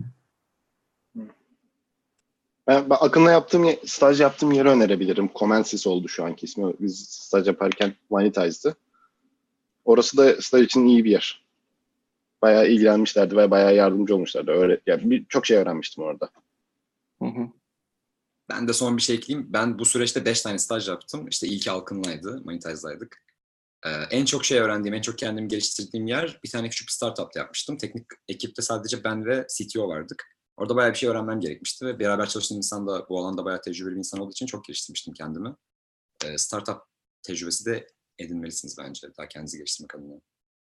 Ben, ben Akın'la yaptığım, ye- staj yaptığım yeri önerebilirim. Comensys oldu şu anki ismi. Biz staj yaparken Vanitize'dı. Orası da staj için iyi bir yer. Bayağı ilgilenmişlerdi ve bayağı yardımcı olmuşlardı. Öyle, yani bir, çok şey öğrenmiştim orada. Hı hı. Ben de son bir şey ekleyeyim. Ben bu süreçte beş tane staj yaptım. İşte ilki Alkın'laydı, Monetize'daydık. Ee, en çok şey öğrendiğim, en çok kendimi geliştirdiğim yer bir tane küçük bir startup'ta yapmıştım. Teknik ekipte sadece ben ve C T O vardık. Orada bayağı bir şey öğrenmem gerekmişti ve beraber çalıştığım insan da bu alanda bayağı tecrübeli bir insan olduğu için çok geliştirmiştim kendimi. Ee, startup tecrübesi de edinmelisiniz bence daha kendinizi geliştirmek adına.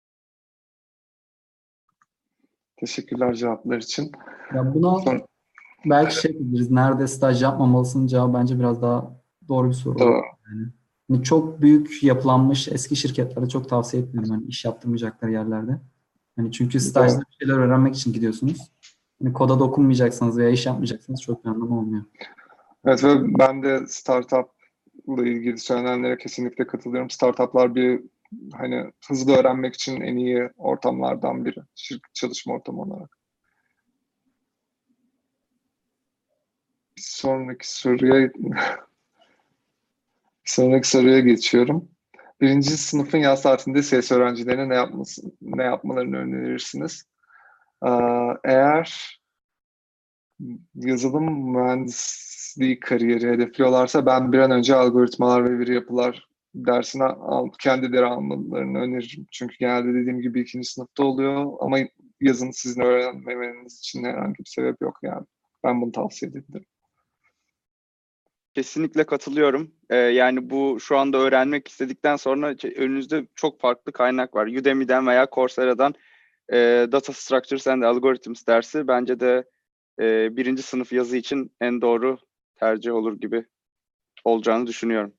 Teşekkürler cevaplar için. Ya buna Son, belki şey yapabiliriz. Nerede staj yapmamalısın cevabı bence biraz daha doğru bir soru. Doğru. Yani, hani çok büyük yapılanmış eski şirketlere çok tavsiye etmiyorum. Hani iş yaptırmayacakları yerlerde. Hani çünkü stajda bir şeyler öğrenmek için gidiyorsunuz. Hani koda dokunmayacaksanız veya iş yapmayacaksanız çok bir anlamı olmuyor. Evet ve ben de startup'la ilgili söylenenlere kesinlikle katılıyorum. Startup'lar bir hani hızlı öğrenmek için en iyi ortamlardan biri. Şirket çalışma ortamı olarak. Bir sonraki soruya bir sonraki soruya geçiyorum. Birinci sınıfın yaz tatilinde C S öğrencilerine ne yapması, ne yapmalarını önerirsiniz? Ee, Eğer yazılım mühendisliği kariyeri hedefliyorlarsa ben bir an önce algoritmalar ve veri yapılar dersine al, kendileri almalarını öneririm. Çünkü genelde dediğim gibi ikinci sınıfta oluyor ama yazın sizin öğrenmemeniz için herhangi bir sebep yok yani. Ben bunu tavsiye ederim. Kesinlikle katılıyorum. Ee, yani bu şu anda öğrenmek istedikten sonra önünüzde çok farklı kaynak var. Udemy'den veya Coursera'dan e, Data Structures and Algorithms dersi bence de e, birinci sınıf yazı için en doğru tercih olur gibi olacağını düşünüyorum.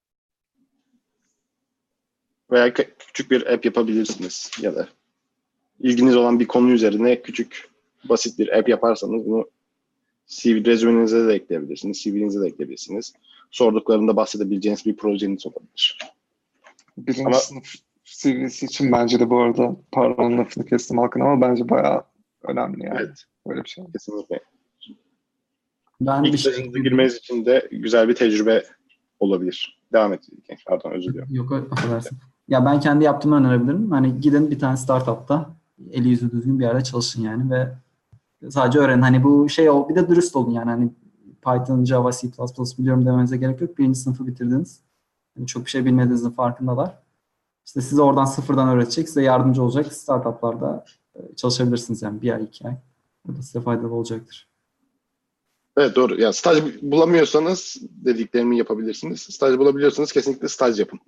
Veya k- küçük bir app yapabilirsiniz ya da ilginiz olan bir konu üzerine küçük, basit bir app yaparsanız bunu C V rezümenize de ekleyebilirsiniz, C V'nize de ekleyebilirsiniz. Sorduklarında bahsedebileceğiniz bir projeniz olabilir. Birinci Ama- sınıf C V'si için bence de bu arada pardon lafını kestim Hakan ama bence bayağı önemli yani. Evet, Böyle bir şey. kesinlikle. Ben bir İlk şey stajınıza girmeniz için de güzel bir tecrübe olabilir. Devam et. Pardon, özür diliyorum. Yok, affedersin. Ya ben kendi yaptığımı önerebilirim. Hani gidin bir tane startupta eli yüzü düzgün bir yerde çalışın yani ve sadece öğrenin. Hani bu şey ol, bir de dürüst olun yani hani Python, Java, C plus plus biliyorum demenize gerek yok. Birinci sınıfı bitirdiniz. Yani çok bir şey bilmediğinizin farkındalar. İşte size oradan sıfırdan öğretecek, size yardımcı olacak startuplarda çalışabilirsiniz yani bir ay, iki ay. Bu da size faydalı olacaktır. Evet, doğru. Yani staj bulamıyorsanız dediklerimi yapabilirsiniz. Staj bulabiliyorsanız kesinlikle staj yapın.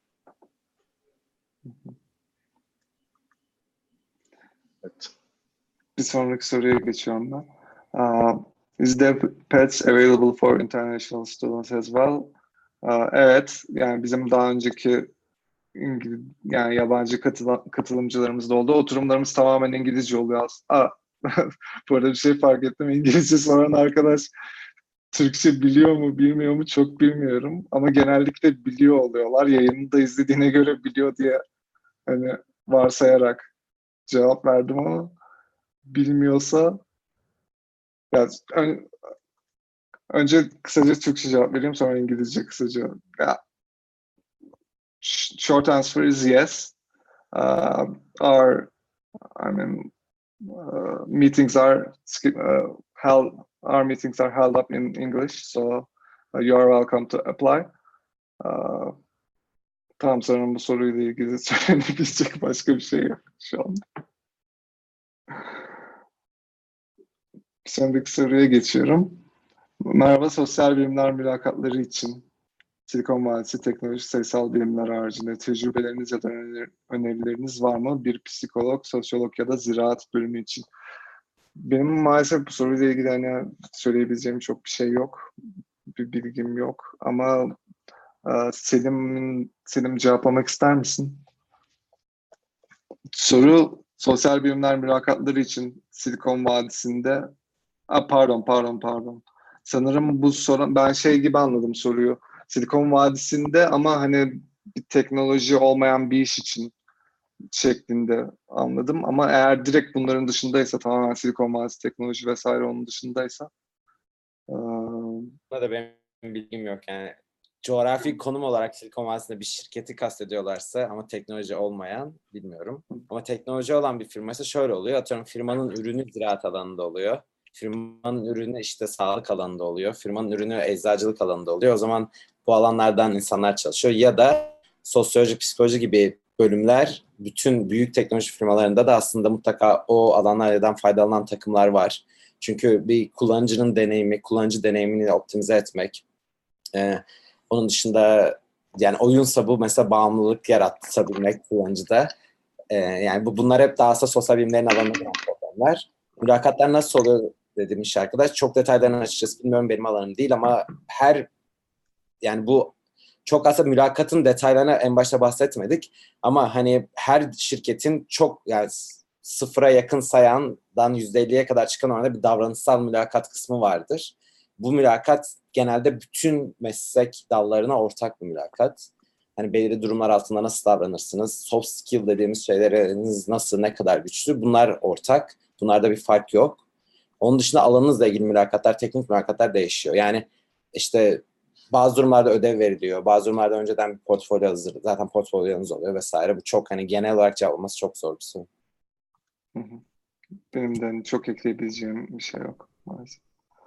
Evet. Bir sonraki soruya geçiyorum ben. Uh, is DevPads available for international students as well? Uh, evet, yani bizim daha önceki İngiliz, yani yabancı katıla, katılımcılarımız da oldu. Oturumlarımız tamamen İngilizce oluyor aslında. Bu arada bir şey fark ettim. İngilizce soran arkadaş Türkçe biliyor mu bilmiyor mu çok bilmiyorum. Ama genellikle biliyor oluyorlar. Yayını da izlediğine göre biliyor diye hani varsayarak cevap verdim ama bilmiyorsa yani ön- önce kısaca Türkçe cevap vereyim sonra İngilizce kısaca. Ya, sh- short answer is yes. Uh, our I mean uh, meetings are sk- uh, held our meetings are held up in English, so uh, you are welcome to apply. Uh, tamam, sanırım bu soruyla ilgili söylenebilecek başka bir şey yok şu an. Sonraki soruya geçiyorum. Merhaba, sosyal bilimler mülakatları için Silikon Vadisi teknoloji sayısal bilimler haricinde tecrübeleriniz ya da öner- önerileriniz var mı? Bir psikolog, sosyolog ya da ziraat bölümü için. Benim maalesef bu soruyla ilgili hani söyleyebileceğim çok bir şey yok. Bir bilgim yok. Ama e, Selim, Selim cevaplamak ister misin? Soru sosyal bilimler mülakatları için Silikon Vadisi'nde. Aa, pardon, pardon, pardon. Sanırım bu soru, ben şey gibi anladım soruyu. Silikon Vadisi'nde ama hani bir teknoloji olmayan bir iş için şeklinde anladım. Ama eğer direkt bunların dışındaysa, tamamen Silikon Vadisi teknoloji vesaire onun dışındaysa eee, Buna da benim bilgim yok yani. Coğrafi konum olarak Silikon Vadisi'nde bir şirketi kastediyorlarsa ama teknoloji olmayan bilmiyorum. Ama teknoloji olan bir firmaysa şöyle oluyor. Atıyorum firmanın ürünü ziraat alanında oluyor. Firmanın ürünü işte sağlık alanında oluyor. Firmanın ürünü eczacılık alanında oluyor. O zaman bu alanlardan insanlar çalışıyor. Ya da sosyoloji, psikoloji gibi bölümler bütün büyük teknoloji firmalarında da aslında mutlaka o alanlardan faydalanan takımlar var. Çünkü bir kullanıcının deneyimi, kullanıcı deneyimini optimize etmek. Ee, onun dışında yani oyunsa bu mesela bağımlılık yaratabilmek kullanıcıda. Ee, yani bu bunlar hep daha aslında sosyal bilimlerin alanında olan problemler. Mülakatlar nasıl oluyor demiş arkadaş. Çok detaylarını açıkçası bilmiyorum, benim alanım değil ama her yani bu çok aslında mülakatın detaylarına en başta bahsetmedik ama hani her şirketin çok yani sıfıra yakın sayandan yüzde elliye kadar çıkan oranda bir davranışsal mülakat kısmı vardır. Bu mülakat genelde bütün meslek dallarına ortak bir mülakat. Hani belirli durumlar altında nasıl davranırsınız, soft skill dediğimiz şeyleriniz nasıl, ne kadar güçlü, bunlar ortak. Bunlarda bir fark yok. Onun dışında alanınızla ilgili mülakatlar, teknik mülakatlar değişiyor. Yani işte bazı durumlarda ödev veriliyor. Bazı durumlarda önceden bir portfolyo hazır. Zaten portfolyonuz oluyor vesaire. Bu çok hani genel olarak cevaplaması çok zor bir soru. hı hı. Benim de hani çok ekleyebileceğim bir şey yok maalesef.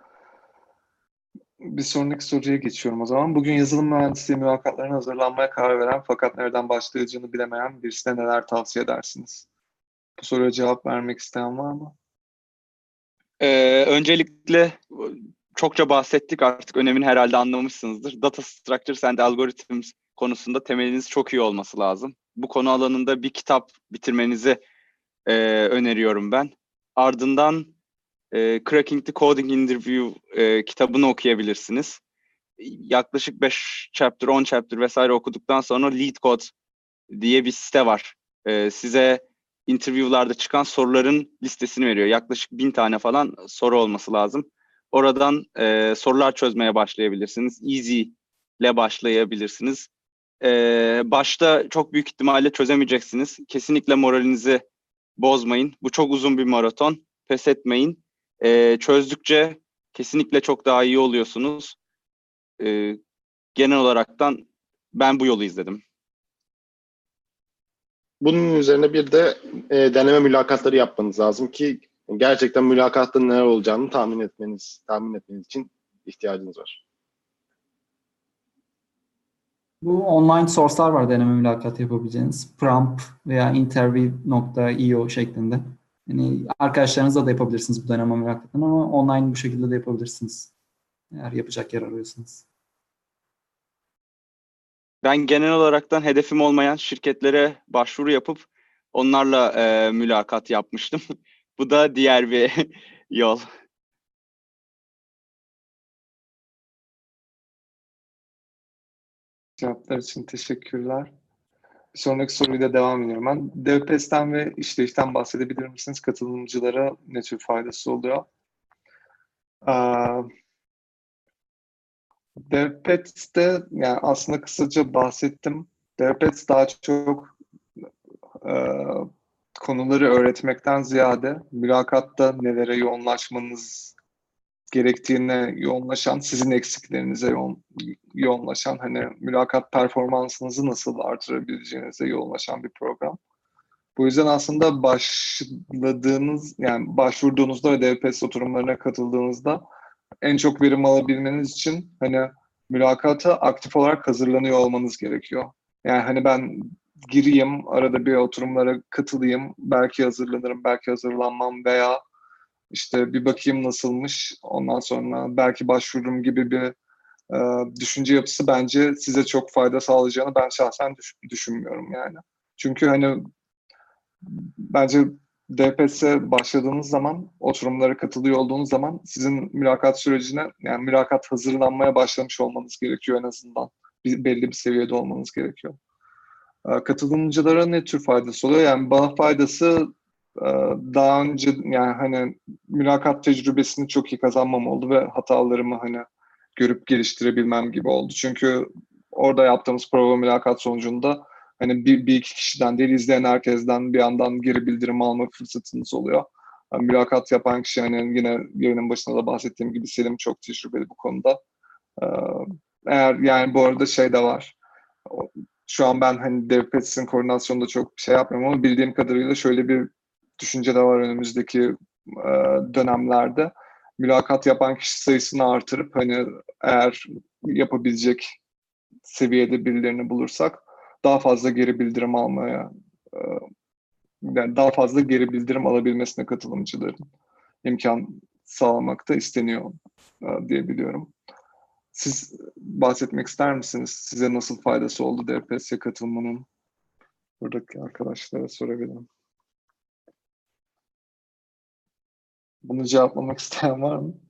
Bir sonraki soruya geçiyorum o zaman. Bugün yazılım mühendisliği mülakatlarına hazırlanmaya karar veren fakat nereden başlayacağını bilemeyen birisine neler tavsiye edersiniz? Bu soruya cevap vermek isteyen var mı? Ee, öncelikle çokça bahsettik, artık önemini herhalde anlamışsınızdır. Data Structures and Algorithms konusunda temeliniz çok iyi olması lazım. Bu konu alanında bir kitap bitirmenizi e, öneriyorum ben. Ardından e, Cracking the Coding Interview e, kitabını okuyabilirsiniz. Yaklaşık beş chapter, on chapter vesaire okuduktan sonra LeetCode diye bir site var. E, size interview'larda çıkan soruların listesini veriyor. Yaklaşık bin tane falan soru olması lazım. Oradan e, sorular çözmeye başlayabilirsiniz. Easy ile başlayabilirsiniz. E, başta çok büyük ihtimalle çözemeyeceksiniz. Kesinlikle moralinizi bozmayın. Bu çok uzun bir maraton. Pes etmeyin. E, çözdükçe kesinlikle çok daha iyi oluyorsunuz. E, genel olaraktan ben bu yolu izledim. Bunun üzerine bir de e, deneme mülakatları yapmanız lazım ki gerçekten mülakatta neler olacağını tahmin etmeniz, tahmin etmeniz için ihtiyacınız var. Bu online source'lar var deneme mülakatı yapabileceğiniz. Prompt veya interview nokta io şeklinde. Yani arkadaşlarınızla da yapabilirsiniz bu deneme mülakatını ama online bu şekilde de yapabilirsiniz. Eğer yapacak yer arıyorsanız. Ben genel olaraktan hedefim olmayan şirketlere başvuru yapıp onlarla e, mülakat yapmıştım. Bu da diğer bir yol. Cevaplar için teşekkürler. bir sonraki soruyla devam ediyorum ben. DevPest'ten ve işleyişten bahsedebilir misiniz? Katılımcılara ne tür faydası oluyor? Aa, DevPest'te yani aslında kısaca bahsettim. DevPest daha çok e, konuları öğretmekten ziyade mülakatta nelere yoğunlaşmanız gerektiğine yoğunlaşan, sizin eksiklerinize yoğun, yoğunlaşan, hani mülakat performansınızı nasıl artırabileceğinize yoğunlaşan bir program. Bu yüzden aslında başladığınız, yani başvurduğunuzda ve DevPest oturumlarına katıldığınızda en çok verim alabilmeniz için hani mülakata aktif olarak hazırlanıyor olmanız gerekiyor. Yani hani ben gireyim, arada bir oturumlara katılayım, belki hazırlanırım, belki hazırlanmam veya işte bir bakayım nasılmış, ondan sonra belki başvururum gibi bir e, düşünce yapısı bence size çok fayda sağlayacağını ben şahsen düş- düşünmüyorum yani. Çünkü hani bence D P S'e başladığınız zaman, oturumlara katılıyor olduğunuz zaman sizin mülakat sürecine, yani mülakat hazırlanmaya başlamış olmanız gerekiyor en azından. Bir, belli bir seviyede olmanız gerekiyor. E, katılımcılara ne tür faydası oluyor? Yani bana faydası e, daha önce yani hani mülakat tecrübesini çok iyi kazanmam oldu ve hatalarımı hani görüp geliştirebilmem gibi oldu. Çünkü orada yaptığımız prova mülakat sonucunda hani bir, bir iki kişiden değil, izleyen herkesten bir yandan geri bildirim alma fırsatınız oluyor. Yani mülakat yapan kişi, hani yine yayının başında da bahsettiğim gibi Selim çok tecrübeli bu konuda. Ee, eğer yani bu arada şey de var. O- Şu an ben hani DevPets'in koordinasyonunda çok bir şey yapmıyorum ama bildiğim kadarıyla şöyle bir düşünce de var önümüzdeki e, dönemlerde. Mülakat yapan kişi sayısını artırıp hani eğer yapabilecek seviyede birilerini bulursak daha fazla geri bildirim almaya, e, yani daha fazla geri bildirim alabilmesine katılımcıların imkan sağlamak da isteniyor e, diye biliyorum. Siz bahsetmek ister misiniz? Size nasıl faydası oldu D P S'ye katılmanın? Buradaki arkadaşlara sorabilirim. Bunu cevaplamak isteyen var mı?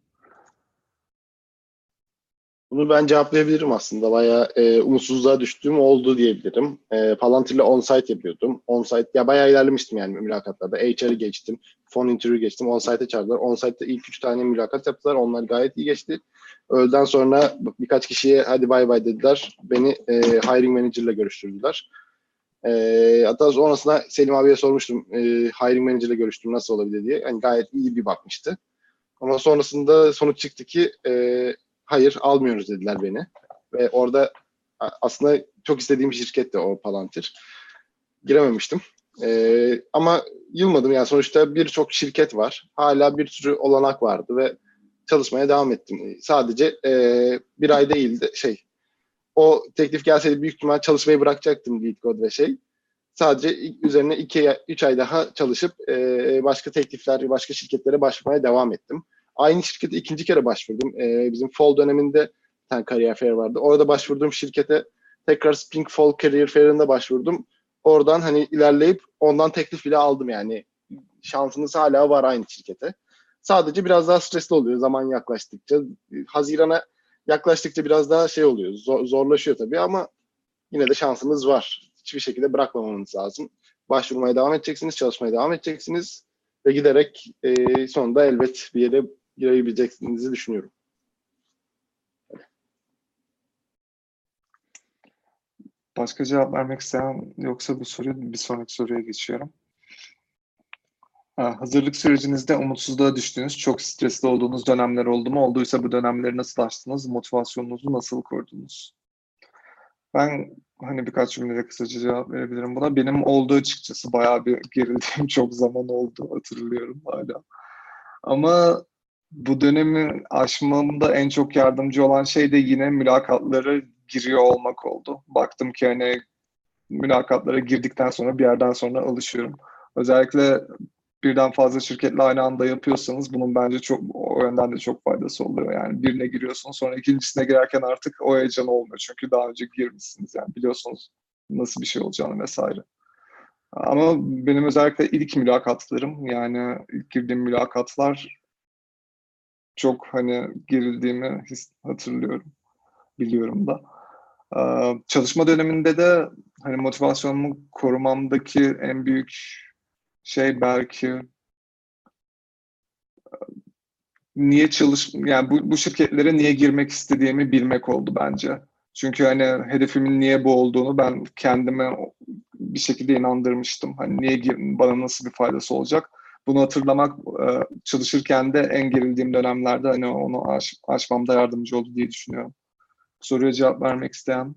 Bunu ben cevaplayabilirim aslında. Bayağı e, umutsuzluğa düştüğüm oldu diyebilirim. E, Palantir'le on-site yapıyordum. On-site, ya bayağı ilerlemiştim yani mülakatlarda. H R'ı geçtim, phone interview geçtim, on-site'e çağırdılar. On-site'de ilk üç tane mülakat yaptılar. Onlar gayet iyi geçti. Öğleden sonra birkaç kişiye hadi bay bay dediler. Beni e, hiring manager'la görüştürdüler. E, hatta sonrasında Selim abiye sormuştum. E, hiring manager'la görüştüm nasıl olabilir diye. Yani gayet iyi bir bakmıştı. Ama sonrasında sonuç çıktı ki e, hayır almıyoruz dediler beni. Ve orada aslında çok istediğim şirketti o Palantir. Girememiştim. E, ama yılmadım yani sonuçta birçok şirket var. Hala bir sürü olanak vardı ve çalışmaya devam ettim. Sadece e, bir ay değildi şey. O teklif gelseydi büyük ihtimal çalışmayı bırakacaktım LeetCode ve şey. Sadece üzerine iki üç ay daha çalışıp e, başka teklifler, başka şirketlere başvurmaya devam ettim. Aynı şirkete ikinci kere başvurdum. E, bizim Fall döneminde bir tane kariyer fair vardı. Orada başvurduğum şirkete tekrar Spring Fall Career Fair'ında başvurdum. Oradan hani ilerleyip ondan teklif bile aldım yani. Şansınız hala var aynı şirkete. Sadece biraz daha stresli oluyor zaman yaklaştıkça. Haziran'a yaklaştıkça biraz daha şey oluyor. Zor, zorlaşıyor tabii ama yine de şansınız var. Hiçbir şekilde bırakmamanız lazım. Başvurmaya devam edeceksiniz, çalışmaya devam edeceksiniz ve giderek e, sonunda elbet bir yere girebileceksinizi düşünüyorum. Başka cevap vermek isteyen yoksa bu soruyu bir sonraki soruya geçiyorum. Ha, hazırlık sürecinizde umutsuzluğa düştüğünüz, çok stresli olduğunuz dönemler oldu mu? Olduysa bu dönemleri nasıl aştınız? Motivasyonunuzu nasıl korudunuz? Ben hani birkaç cümlede kısaca cevap verebilirim buna. Benim oldu açıkçası, bayağı bir gerildiğim çok zaman oldu, hatırlıyorum hala. Ama bu dönemi aşmamda en çok yardımcı olan şey de yine mülakatlara giriyor olmak oldu. Baktım ki hani mülakatlara girdikten sonra bir yerden sonra alışıyorum. Özellikle birden fazla şirketle aynı anda yapıyorsanız bunun bence çok, o yönden de çok faydası oluyor. Yani birine giriyorsunuz, sonra ikincisine girerken artık o heyecan olmuyor. Çünkü daha önce girmişsiniz, yani biliyorsunuz nasıl bir şey olacağını vesaire. Ama benim özellikle ilk mülakatlarım, yani ilk girdiğim mülakatlar çok hani gerildiğimi his, hatırlıyorum, biliyorum da. Ee, Çalışma döneminde de hani motivasyonumu korumamdaki en büyük şey belki niye çalış yani bu, bu şirketlere niye girmek istediğimi bilmek oldu bence. Çünkü hani hedefimin niye bu olduğunu ben kendime bir şekilde inandırmıştım. Hani niye gir, bana nasıl bir faydası olacak? Bunu hatırlamak e, çalışırken de en gerildiğim dönemlerde hani onu aş, aşmamda yardımcı oldu diye düşünüyorum. Soruya cevap vermek isteyen.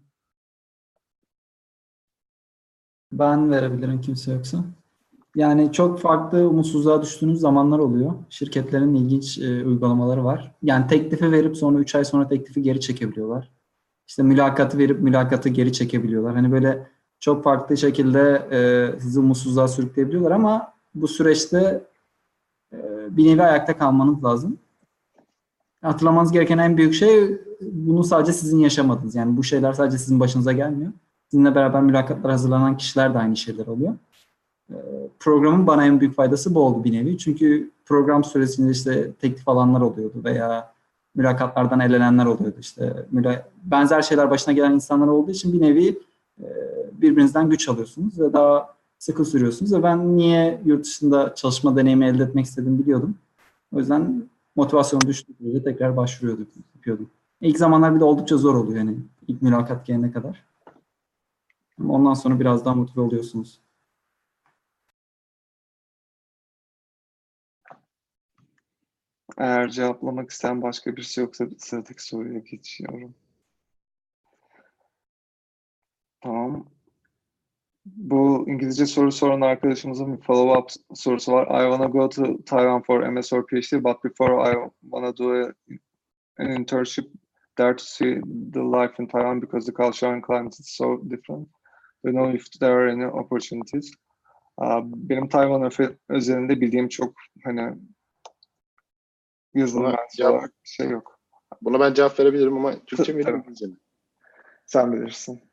Ben verebilirim kimse yoksa. Yani çok farklı umutsuzluğa düştüğünüz zamanlar oluyor. Şirketlerin ilginç e, uygulamaları var. Yani teklifi verip sonra üç ay sonra teklifi geri çekebiliyorlar. İşte mülakatı verip mülakatı geri çekebiliyorlar. Hani böyle çok farklı şekilde e, sizi umutsuzluğa sürükleyebiliyorlar ama bu süreçte e, bir nevi ayakta kalmanız lazım. Hatırlamanız gereken en büyük şey bunu sadece sizin yaşamadınız. Yani bu şeyler sadece sizin başınıza gelmiyor. Sizinle beraber mülakatlara hazırlanan kişiler de aynı şeyler oluyor. Programın bana en büyük faydası bu oldu bir nevi. Çünkü program süresinde işte teklif alanlar oluyordu veya mülakatlardan elenenler oluyordu. İşte benzer şeyler başına gelen insanlar olduğu için bir nevi birbirinizden güç alıyorsunuz ve daha sıkı sürüyorsunuz. Ve ben niye yurt dışında çalışma deneyimi elde etmek istediğimi biliyordum. O yüzden motivasyonum düştüğünde tekrar başvuruyordum, yapıyordum. İlk zamanlar bir de oldukça zor oluyor yani ilk mülakat gelene kadar. Ama ondan sonra biraz daha motive oluyorsunuz. Eğer cevaplamak isteyen başka birisi yoksa sıradaki soruya geçiyorum. Tamam. Bu İngilizce soru soran arkadaşımızın bir follow-up sorusu var. I wanna go to Taiwan for M S or P H D, but before I wanna do a, an internship there to see the life in Taiwan because the culture and climate is so different. We know if there are any opportunities. Benim Tayvan özelinde bildiğim çok hani yazılım mühendisi olarak bir şey yok. Buna ben cevap verebilirim ama Türkçe mi İngilizce mi? Sen bilirsin.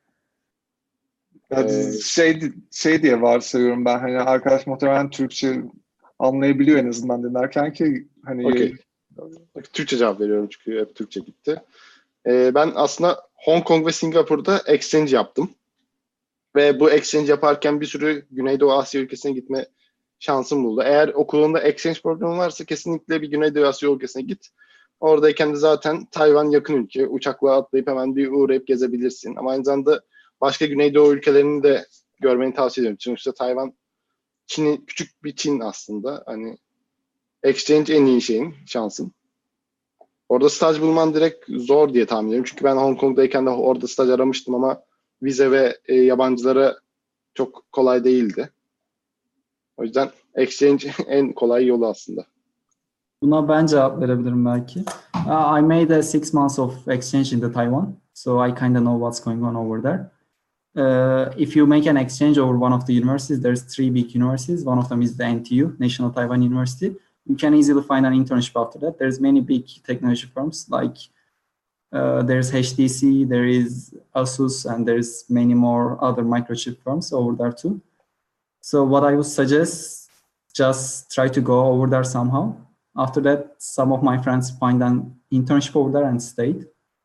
Ee, şey şey diye varsayıyorum ben hani arkadaş muhtemelen Türkçe anlayabiliyor en azından dinlerken ki hani okay. Türkçe cevap veriyorum çünkü hep Türkçe gitti. Ee, ben aslında Hong Kong ve Singapur'da exchange yaptım. Ve bu exchange yaparken bir sürü Güneydoğu Asya ülkesine gitme şansım buldu. Eğer okulunda exchange programı varsa kesinlikle bir Güneydoğu Asya ülkesine git. Oradayken de zaten Tayvan yakın ülke. Uçakla atlayıp hemen bir uğrayıp gezebilirsin. Ama aynı zamanda başka Güneydoğu ülkelerini de görmeni tavsiye ediyorum. Çünkü Tayvan Çin'i, küçük bir Çin aslında. Hani exchange en iyi şeyin, şansın. Orada staj bulman direkt zor diye tahmin ediyorum. Çünkü ben Hong Kong'dayken de orada staj aramıştım ama vize ve e, yabancılara çok kolay değildi. O yüzden exchange en kolay yolu aslında. Buna ben cevap verebilirim belki. Uh, I made a six months of exchange in the Taiwan, so I kind of know what's going on over there. Uh, if you make an exchange over one of the universities, there's three big universities. One of them is the N T U, National Taiwan University. You can easily find an internship after that. There's many big technology firms like uh, there's H T C, there is Asus, and there's many more other microchip firms over there too. So what I would suggest, just try to go over there somehow. After that, some of my friends find an internship over there and stayed.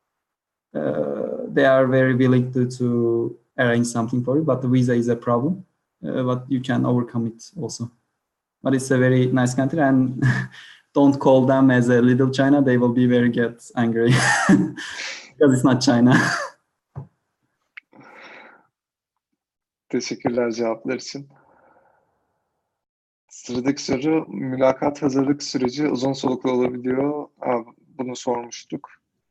Uh, they are very willing to, to arrange something for you, but the visa is a problem. Uh, but you can overcome it also. But it's a very nice country, and don't call them as a little China. They will be very get angry because it's not China. Teşekkürler cevaplar için. Sıradaki soru, mülakat hazırlık süreci uzun soluklu olabiliyor. Aa, bunu sormuştuk.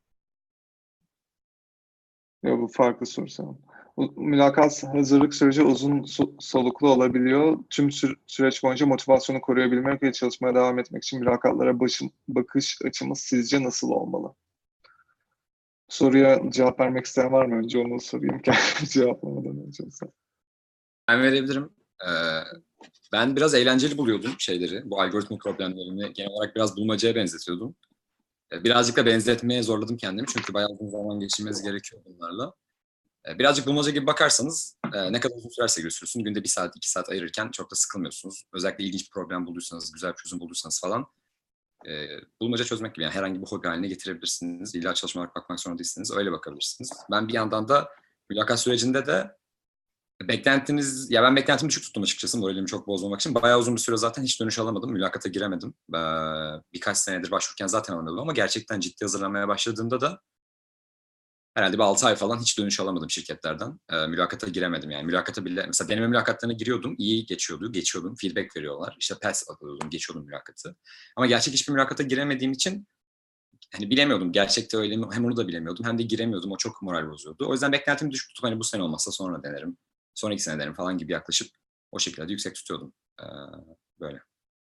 Yok, bu farklı soru sanırım. Mülakat hazırlık süreci uzun soluklu olabiliyor. Tüm sü- süreç boyunca motivasyonu koruyabilmek ve çalışmaya devam etmek için mülakatlara başın, bakış açımız sizce nasıl olmalı? Soruya cevap vermek isteyen var mı? Önce onu sorayım kendim cevaplamadan önce. Ben verebilirim. Ee, ben biraz eğlenceli buluyordum şeyleri. Bu algoritma problemlerini genel olarak biraz bulmacaya benzetiyordum. Ee, birazcık da benzetmeye zorladım kendimi. Çünkü bayağı uzun zaman geçirmeniz gerekiyor bunlarla. Ee, birazcık bulmaca gibi bakarsanız e, ne kadar uzun sürerse gösteriyorsun. Günde bir saat, iki saat ayırırken çok da sıkılmıyorsunuz. Özellikle ilginç bir problem bulduysanız, güzel bir çözüm bulduysanız falan. e, bulmaca çözmek gibi. Yani herhangi bir hobi haline getirebilirsiniz. İlla çalışma olarak bakmak zorunda değilsiniz. Öyle bakabilirsiniz. Ben bir yandan da mülakat sürecinde de beklentiniz, ya ben beklentimi düşük tuttum açıkçası moralimi çok bozmamak için. Bayağı uzun bir süre zaten hiç dönüş alamadım. Mülakata giremedim. Ee, birkaç senedir başvururken zaten alamıyordum ama gerçekten ciddi hazırlanmaya başladığımda da herhalde bir altı ay falan hiç dönüş alamadım şirketlerden. Ee, mülakata giremedim yani. Mülakata bile, mesela deneme mülakatlarına giriyordum. İyi geçiyordu, geçiyordum. Feedback veriyorlar. İşte pass alıyordum, geçiyordum mülakatı. Ama gerçek hiçbir mülakata giremediğim için hani bilemiyordum. Gerçekte öyle mi? Hem onu da bilemiyordum hem de giremiyordum. O çok moral bozuyordu. O yüzden beklentimi düşük tutup hani bu sene olmazsa sonra denerim. Sonraki sene denerim falan gibi yaklaşıp o şekilde yüksek tutuyordum. Ee, böyle.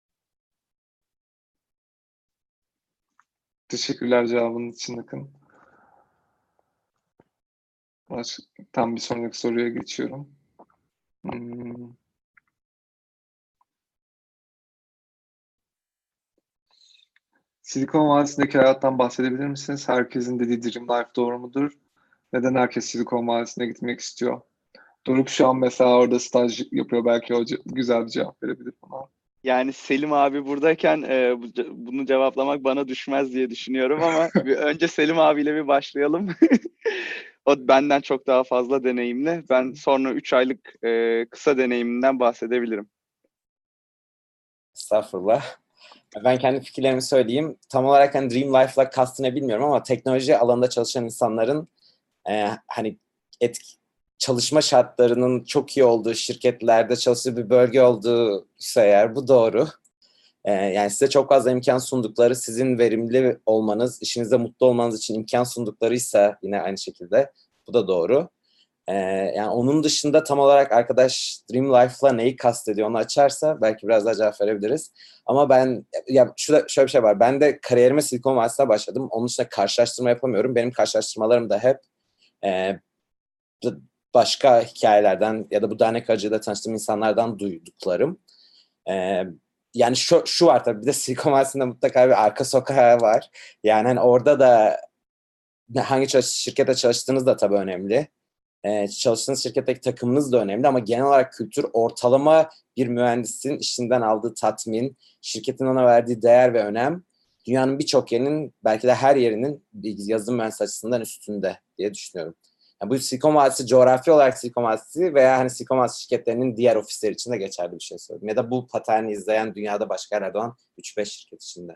Teşekkürler cevabın için Akın. Baş, tam bir sonraki soruya geçiyorum. Hmm. Silikon Vadisi'ndeki hayattan bahsedebilir misiniz? Herkesin dediği Dream Life doğru mudur? Neden herkes Silikon Vadisi'ne gitmek istiyor? Doruk şu an mesela orada staj yapıyor. Belki o ce- güzel bir cevap verebilir bana. Yani Selim abi buradayken e, bu, bunu cevaplamak bana düşmez diye düşünüyorum ama bir, önce Selim abiyle bir başlayalım. O benden çok daha fazla deneyimli. Ben sonra üç aylık e, kısa deneyimimden bahsedebilirim. Estağfurullah. Ben kendi fikirlerimi söyleyeyim. Tam olarak hani Dream Life'la kastı ne bilmiyorum ama teknoloji alanında çalışan insanların e, hani etki, çalışma şartlarının çok iyi olduğu şirketlerde çalıştığı bir bölge olduğuysa eğer bu doğru. E, yani size çok fazla imkan sundukları, sizin verimli olmanız, işinizde mutlu olmanız için imkan sunduklarıysa yine aynı şekilde bu da doğru. Ee, yani onun dışında tam olarak arkadaş Dream Life'la neyi kastediyor onu açarsa belki biraz daha cevap verebiliriz. Ama ben, ya şurada şöyle bir şey var. Ben de kariyerime Silikon Vadisi'ne başladım. Onun dışında karşılaştırma yapamıyorum. Benim karşılaştırmalarım da hep e, başka hikayelerden ya da bu dernek aracılığıyla tanıştığım insanlardan duyduklarım. E, yani şu, şu var tabii, bir de Silikon Vadisi'nde mutlaka bir arka sokağı var. Yani hani orada da hangi çalış- şirkete çalıştığınız da tabii önemli. Ee, çalıştığınız şirketteki takımınız da önemli ama genel olarak kültür, ortalama bir mühendisin işinden aldığı tatmin, şirketin ona verdiği değer ve önem dünyanın birçok yerinin, belki de her yerinin yazılım mühendisi açısından üstünde diye düşünüyorum. Yani bu Silikon Vadisi, coğrafi olarak Silikon Vadisi veya hani Silikon Vadisi şirketlerinin diğer ofisleri için de geçerli bir şey söyleyeyim. Ya da bu paterni izleyen dünyada başka yerlerde olan üç beş şirket içinde.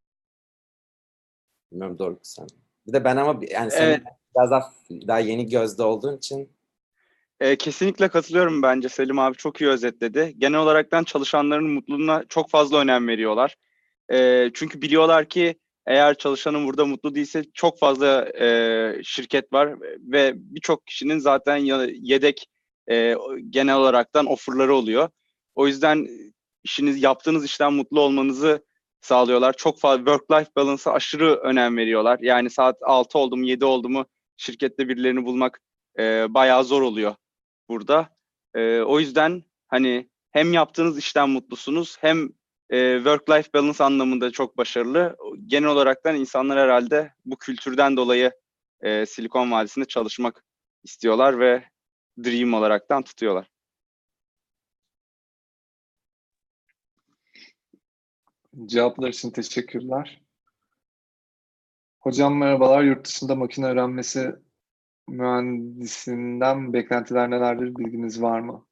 Bilmiyorum, doğru mu sen? Bir de ben ama yani senin Evet. biraz daha, daha yeni gözde olduğun için. E, kesinlikle katılıyorum bence. Selim abi çok iyi özetledi. Genel olaraktan çalışanların mutluluğuna çok fazla önem veriyorlar. E, çünkü biliyorlar ki eğer çalışanın burada mutlu değilse çok fazla e, şirket var ve birçok kişinin zaten yedek e, genel olaraktan offerları oluyor. O yüzden işiniz, yaptığınız işten mutlu olmanızı sağlıyorlar. Çok fazla work-life balance'a aşırı önem veriyorlar. Yani saat altı oldu mu yedi oldu mu şirkette birilerini bulmak e, bayağı zor oluyor burada. E, o yüzden hani hem yaptığınız işten mutlusunuz hem e, work-life balance anlamında çok başarılı. Genel olaraktan insanlar herhalde bu kültürden dolayı e, Silikon Vadisi'nde çalışmak istiyorlar ve dream olaraktan tutuyorlar. Cevaplar için teşekkürler. Hocam merhabalar. Yurt dışında makine öğrenmesi mühendisinden beklentiler nelerdir? Bilginiz var mı?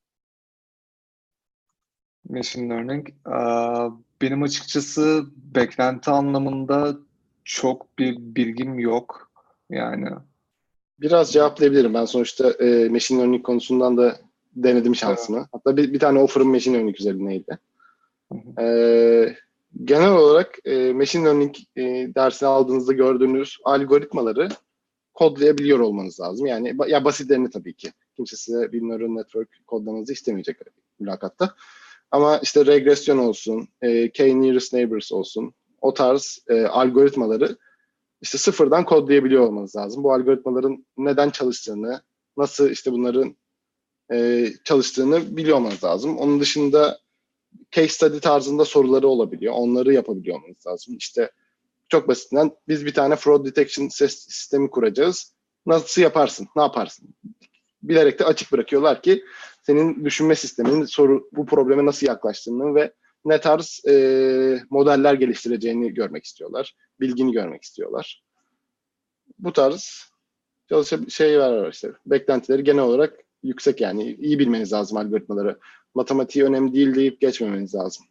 Machine Learning. Ee, Benim açıkçası beklenti anlamında çok bir bilgim yok. Yani Biraz cevaplayabilirim. Ben sonuçta e, machine learning konusundan da denedim şansımı. Hatta bir, bir tane offer'ım machine learning üzerineydi. E, genel olarak e, machine learning e, dersini aldığınızda gördüğünüz algoritmaları kodlayabiliyor olmanız lazım. Yani ba- ya basitlerini tabii ki. Kimse size bir neural network kodlamanızı istemeyecek mülakatta. Ama işte regresyon olsun, e, k-nearest neighbors olsun, o tarz e, algoritmaları işte sıfırdan kodlayabiliyor olmanız lazım. Bu algoritmaların neden çalıştığını, nasıl işte bunların e, çalıştığını biliyor olmanız lazım. Onun dışında case study tarzında soruları olabiliyor. Onları yapabiliyor olmanız lazım. İşte çok basitinden biz bir tane fraud detection sistemi kuracağız. Nasıl yaparsın? Ne yaparsın? Bilerek de açık bırakıyorlar ki senin düşünme sisteminin soru bu probleme nasıl yaklaştığını ve ne tarz e, modeller geliştireceğini görmek istiyorlar. Bilgini görmek istiyorlar. Bu tarz çalışa şey var işte. Beklentileri genel olarak yüksek yani. İyi bilmeniz lazım algoritmaları. Matematiği önemli değil deyip geçmemeniz lazım.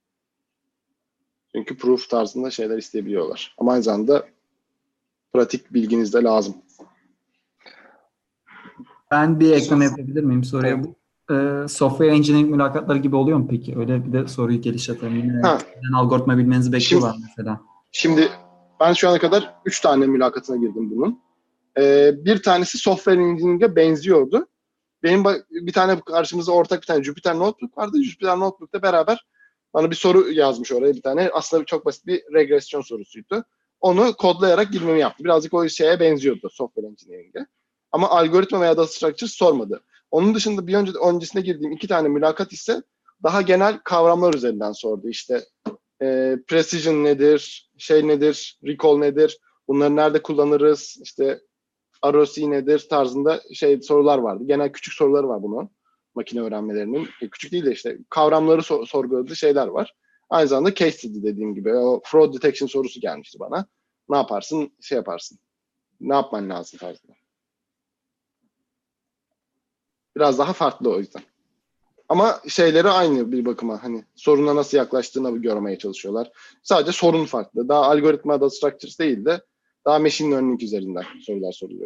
Çünkü proof tarzında şeyler isteyebiliyorlar. Ama aynı zamanda pratik bilginiz de lazım. Ben bir ekleme yapabilir miyim soruya? Evet. Bu e, software engineering mülakatları gibi oluyor mu peki? Öyle bir de soruyu genişletelim. Yine Ha. yani algoritma bilmenizi bekliyorlar mesela. Şimdi ben şu ana kadar üç tane mülakatına girdim bunun. Ee, bir tanesi software engineering'e benziyordu. Benim bir tane karşımızda ortak bir tane Jupyter Notebook vardı. Jupyter Notebook'ta beraber bana bir soru yazmış oraya bir tane. Aslında çok basit bir regresyon sorusuydu. Onu kodlayarak girmemi yaptı. Birazcık o şeye benziyordu software engineering'e. Ama algoritma veya data structure sormadı. Onun dışında bir önce öncesinde girdiğim iki tane mülakat ise daha genel kavramlar üzerinden sordu. İşte e, precision nedir, şey nedir, recall nedir, bunları nerede kullanırız, işte R O C nedir tarzında şey sorular vardı. Genel küçük soruları var bunun makine öğrenmelerinin. E, küçük değil de işte kavramları sor, sorguladığı şeyler var. Aynı zamanda case study dediğim gibi o fraud detection sorusu gelmişti bana. Ne yaparsın, şey yaparsın. Ne yapman lazım tarzında. Biraz daha farklı o yüzden. Ama şeyleri aynı bir bakıma hani soruna nasıl yaklaştığını görmeye çalışıyorlar. Sadece sorun farklı. Daha algoritma da structures değil de daha machine learning üzerinden sorular soruluyor.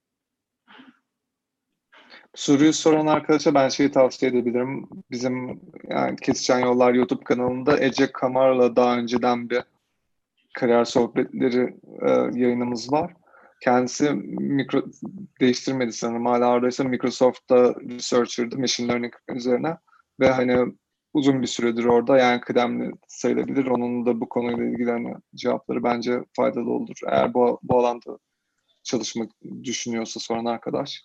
Soruyu soran arkadaşa ben şeyi tavsiye edebilirim. Bizim yani Kesişen Yollar YouTube kanalında Ece Kamar'la daha önceden bir kariyer sohbetleri e, yayınımız var. Kendisi mikro değiştirmedi sanırım. Hala oradaysa Microsoft'ta researcher'dı machine learning üzerine ve hani uzun bir süredir orada yani kıdemli sayılabilir. Onun da bu konuyla ilgili hani cevapları bence faydalı olur. Eğer bu, bu alanda çalışmak düşünüyorsa soran arkadaş.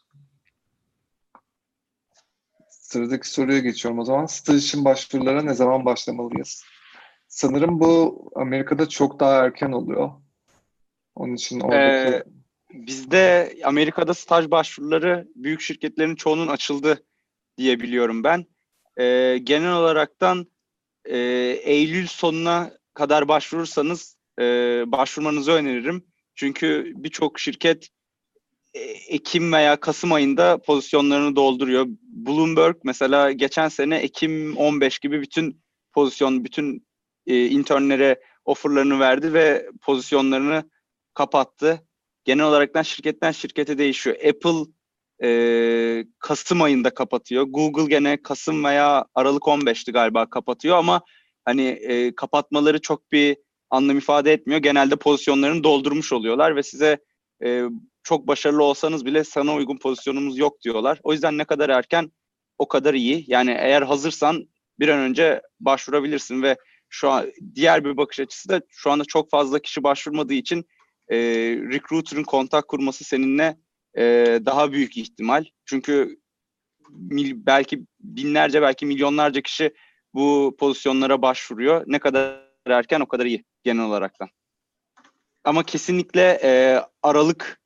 Sıradaki soruya geçiyorum o zaman. Staj için başvurulara ne zaman başlamalıyız? Sanırım bu Amerika'da çok daha erken oluyor. Onun için oradaki... Ee, bizde Amerika'da staj başvuruları büyük şirketlerin çoğunun açıldı diye biliyorum ben. Ee, genel olaraktan e, Eylül sonuna kadar başvurursanız e, başvurmanızı öneririm. Çünkü birçok şirket e, Ekim veya Kasım ayında pozisyonlarını dolduruyor. Bloomberg mesela geçen sene Ekim on beş gibi bütün pozisyon, bütün e, internlere offerlarını verdi ve pozisyonlarını kapattı. Genel olaraktan şirketten şirkete değişiyor. Apple e, Kasım ayında kapatıyor. Google gene Kasım veya Aralık on beşti galiba kapatıyor ama hani e, kapatmaları çok bir anlam ifade etmiyor. Genelde pozisyonlarını doldurmuş oluyorlar ve size e, çok başarılı olsanız bile sana uygun pozisyonumuz yok diyorlar. O yüzden ne kadar erken o kadar iyi. Yani eğer hazırsan bir an önce başvurabilirsin ve şu an diğer bir bakış açısı da şu anda çok fazla kişi başvurmadığı için e, recruiter'ın kontak kurması seninle e, daha büyük ihtimal. Çünkü mil, belki binlerce belki milyonlarca kişi bu pozisyonlara başvuruyor. Ne kadar erken o kadar iyi genel olaraktan. Ama kesinlikle e, Aralık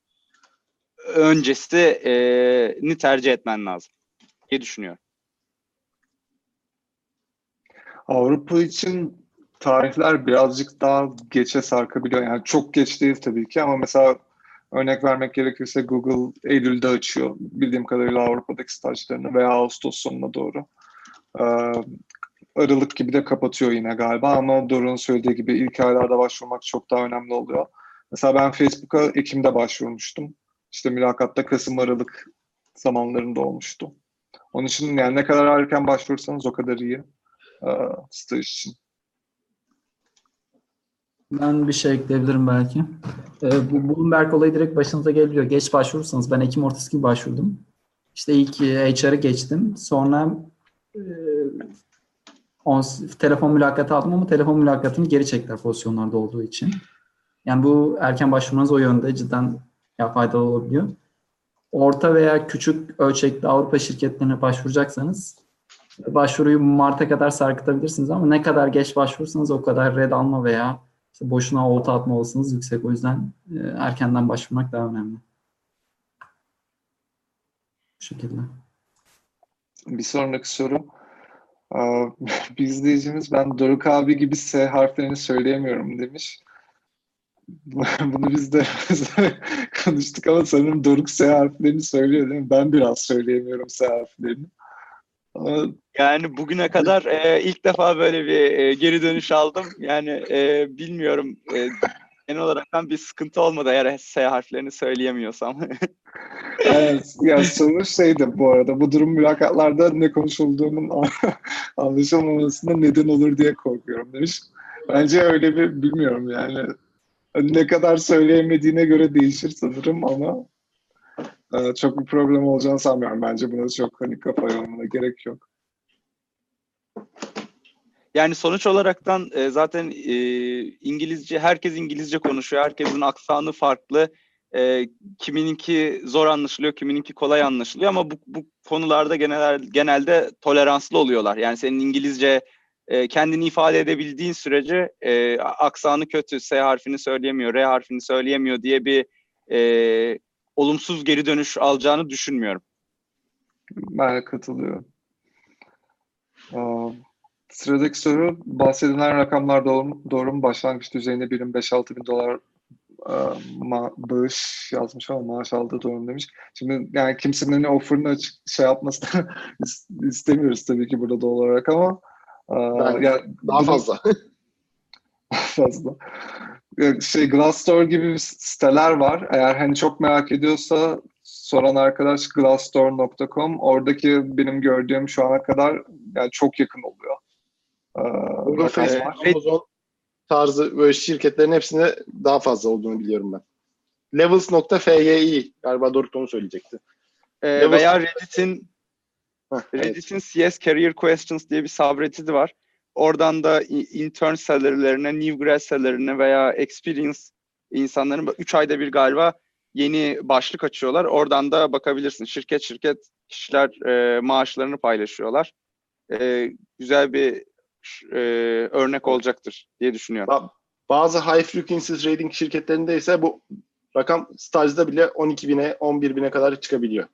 öncesini tercih etmen lazım diye düşünüyorum. Avrupa için tarihler birazcık daha geçe sarkabiliyor. Yani çok geç değil tabii ki ama mesela örnek vermek gerekirse Google Eylül'de açıyor bildiğim kadarıyla Avrupa'daki stajlarını veya Ağustos sonuna doğru. Ee, Aralık gibi de kapatıyor yine galiba ama Doruk'un söylediği gibi ilk aylarda başvurmak çok daha önemli oluyor. Mesela ben Facebook'a Ekim'de başvurmuştum. İşte mülakatta Kasım Aralık zamanlarında olmuştu. Onun için yani ne kadar erken başvurursanız o kadar iyi e, staj için. Ben bir şey ekleyebilirim belki. Ee, bu Bloomberg olayı direkt başınıza geliyor. Geç başvurursanız ben Ekim ortası gibi başvurdum. İşte ilk H R'ı geçtim. Sonra e, on, telefon mülakatı aldım ama telefon mülakatını geri çektiler pozisyonlarda olduğu için. Yani bu erken başvurmanız o yönde cidden ya, faydalı olabiliyor. Orta veya küçük ölçekli Avrupa şirketlerine başvuracaksanız başvuruyu Mart'a kadar sarkıtabilirsiniz ama ne kadar geç başvurursanız o kadar red alma veya işte boşuna olta atma olasılığınız yüksek. O yüzden e, erkenden başvurmak daha önemli. Bu şekilde. Bir sonraki soru. Aa, bir izleyicimiz ben Doruk abi gibi S harflerini söyleyemiyorum demiş. Bunu biz de konuştuk ama sanırım Doruk S harflerini söylüyor değil mi? Ben biraz söyleyemiyorum S harflerini. Ama Yani bugüne kadar e, ilk defa böyle bir e, geri dönüş aldım. Yani e, bilmiyorum. E, genel olarak bir sıkıntı olmadı eğer S harflerini söyleyemiyorsam. evet, yani soru şeydi bu arada. Bu durum mülakatlarda ne konuşulduğunun anlaşılmamasına neden olur diye korkuyorum demiş. Bence öyle bir bilmiyorum yani. Ne kadar söyleyemediğine göre değişir sanırım ama e, çok bir problem olacağını sanmıyorum. Bence buna çok hani kafa yormana gerek yok. Yani sonuç olaraktan e, zaten e, İngilizce, herkes İngilizce konuşuyor. Herkesin aksanı farklı. E, kimininki zor anlaşılıyor, kimininki kolay anlaşılıyor ama bu, bu konularda genel, genelde toleranslı oluyorlar. Yani senin İngilizce e, kendini ifade edebildiğin sürece e, aksanı kötü, S harfini söyleyemiyor, R harfini söyleyemiyor diye bir e, olumsuz geri dönüş alacağını düşünmüyorum. Ben de katılıyorum. Aa, sıradaki soru, bahsedilen rakamlar doğru, doğru mu? Başlangıç düzeyinde birim beş altı bin dolar e, ma- bağış yazmış ama maaş aldığı doğru mu demiş. Şimdi yani kimsenin hani offer'ını açık şey yapmasını istemiyoruz tabii ki burada doğal olarak ama e, Ben ya daha bunu fazla. fazla. Ya şey Glassdoor gibi siteler var. Eğer hani çok merak ediyorsa soran arkadaş glassdoor nokta com, oradaki benim gördüğüm şu ana kadar yani çok yakın oluyor. Ee, Google, rakamlar. Facebook, Amazon tarzı böyle şirketlerin hepsinde daha fazla olduğunu biliyorum ben. Levels nokta fi galiba Doruk onu söyleyecekti. E, Levels- veya Reddit'in Heh, evet. Reddit'in C S Career Questions diye bir subreddit'i var. Oradan da intern salary'lerine, new grad salary'lerine veya experience insanların üç ayda bir galiba yeni başlık açıyorlar. Oradan da bakabilirsin. Şirket şirket kişiler e, maaşlarını paylaşıyorlar. E, güzel bir e, örnek olacaktır diye düşünüyorum. Ba- Bazı high frequency trading şirketlerinde ise bu rakam stajda bile on iki bine, on bir bine kadar çıkabiliyor.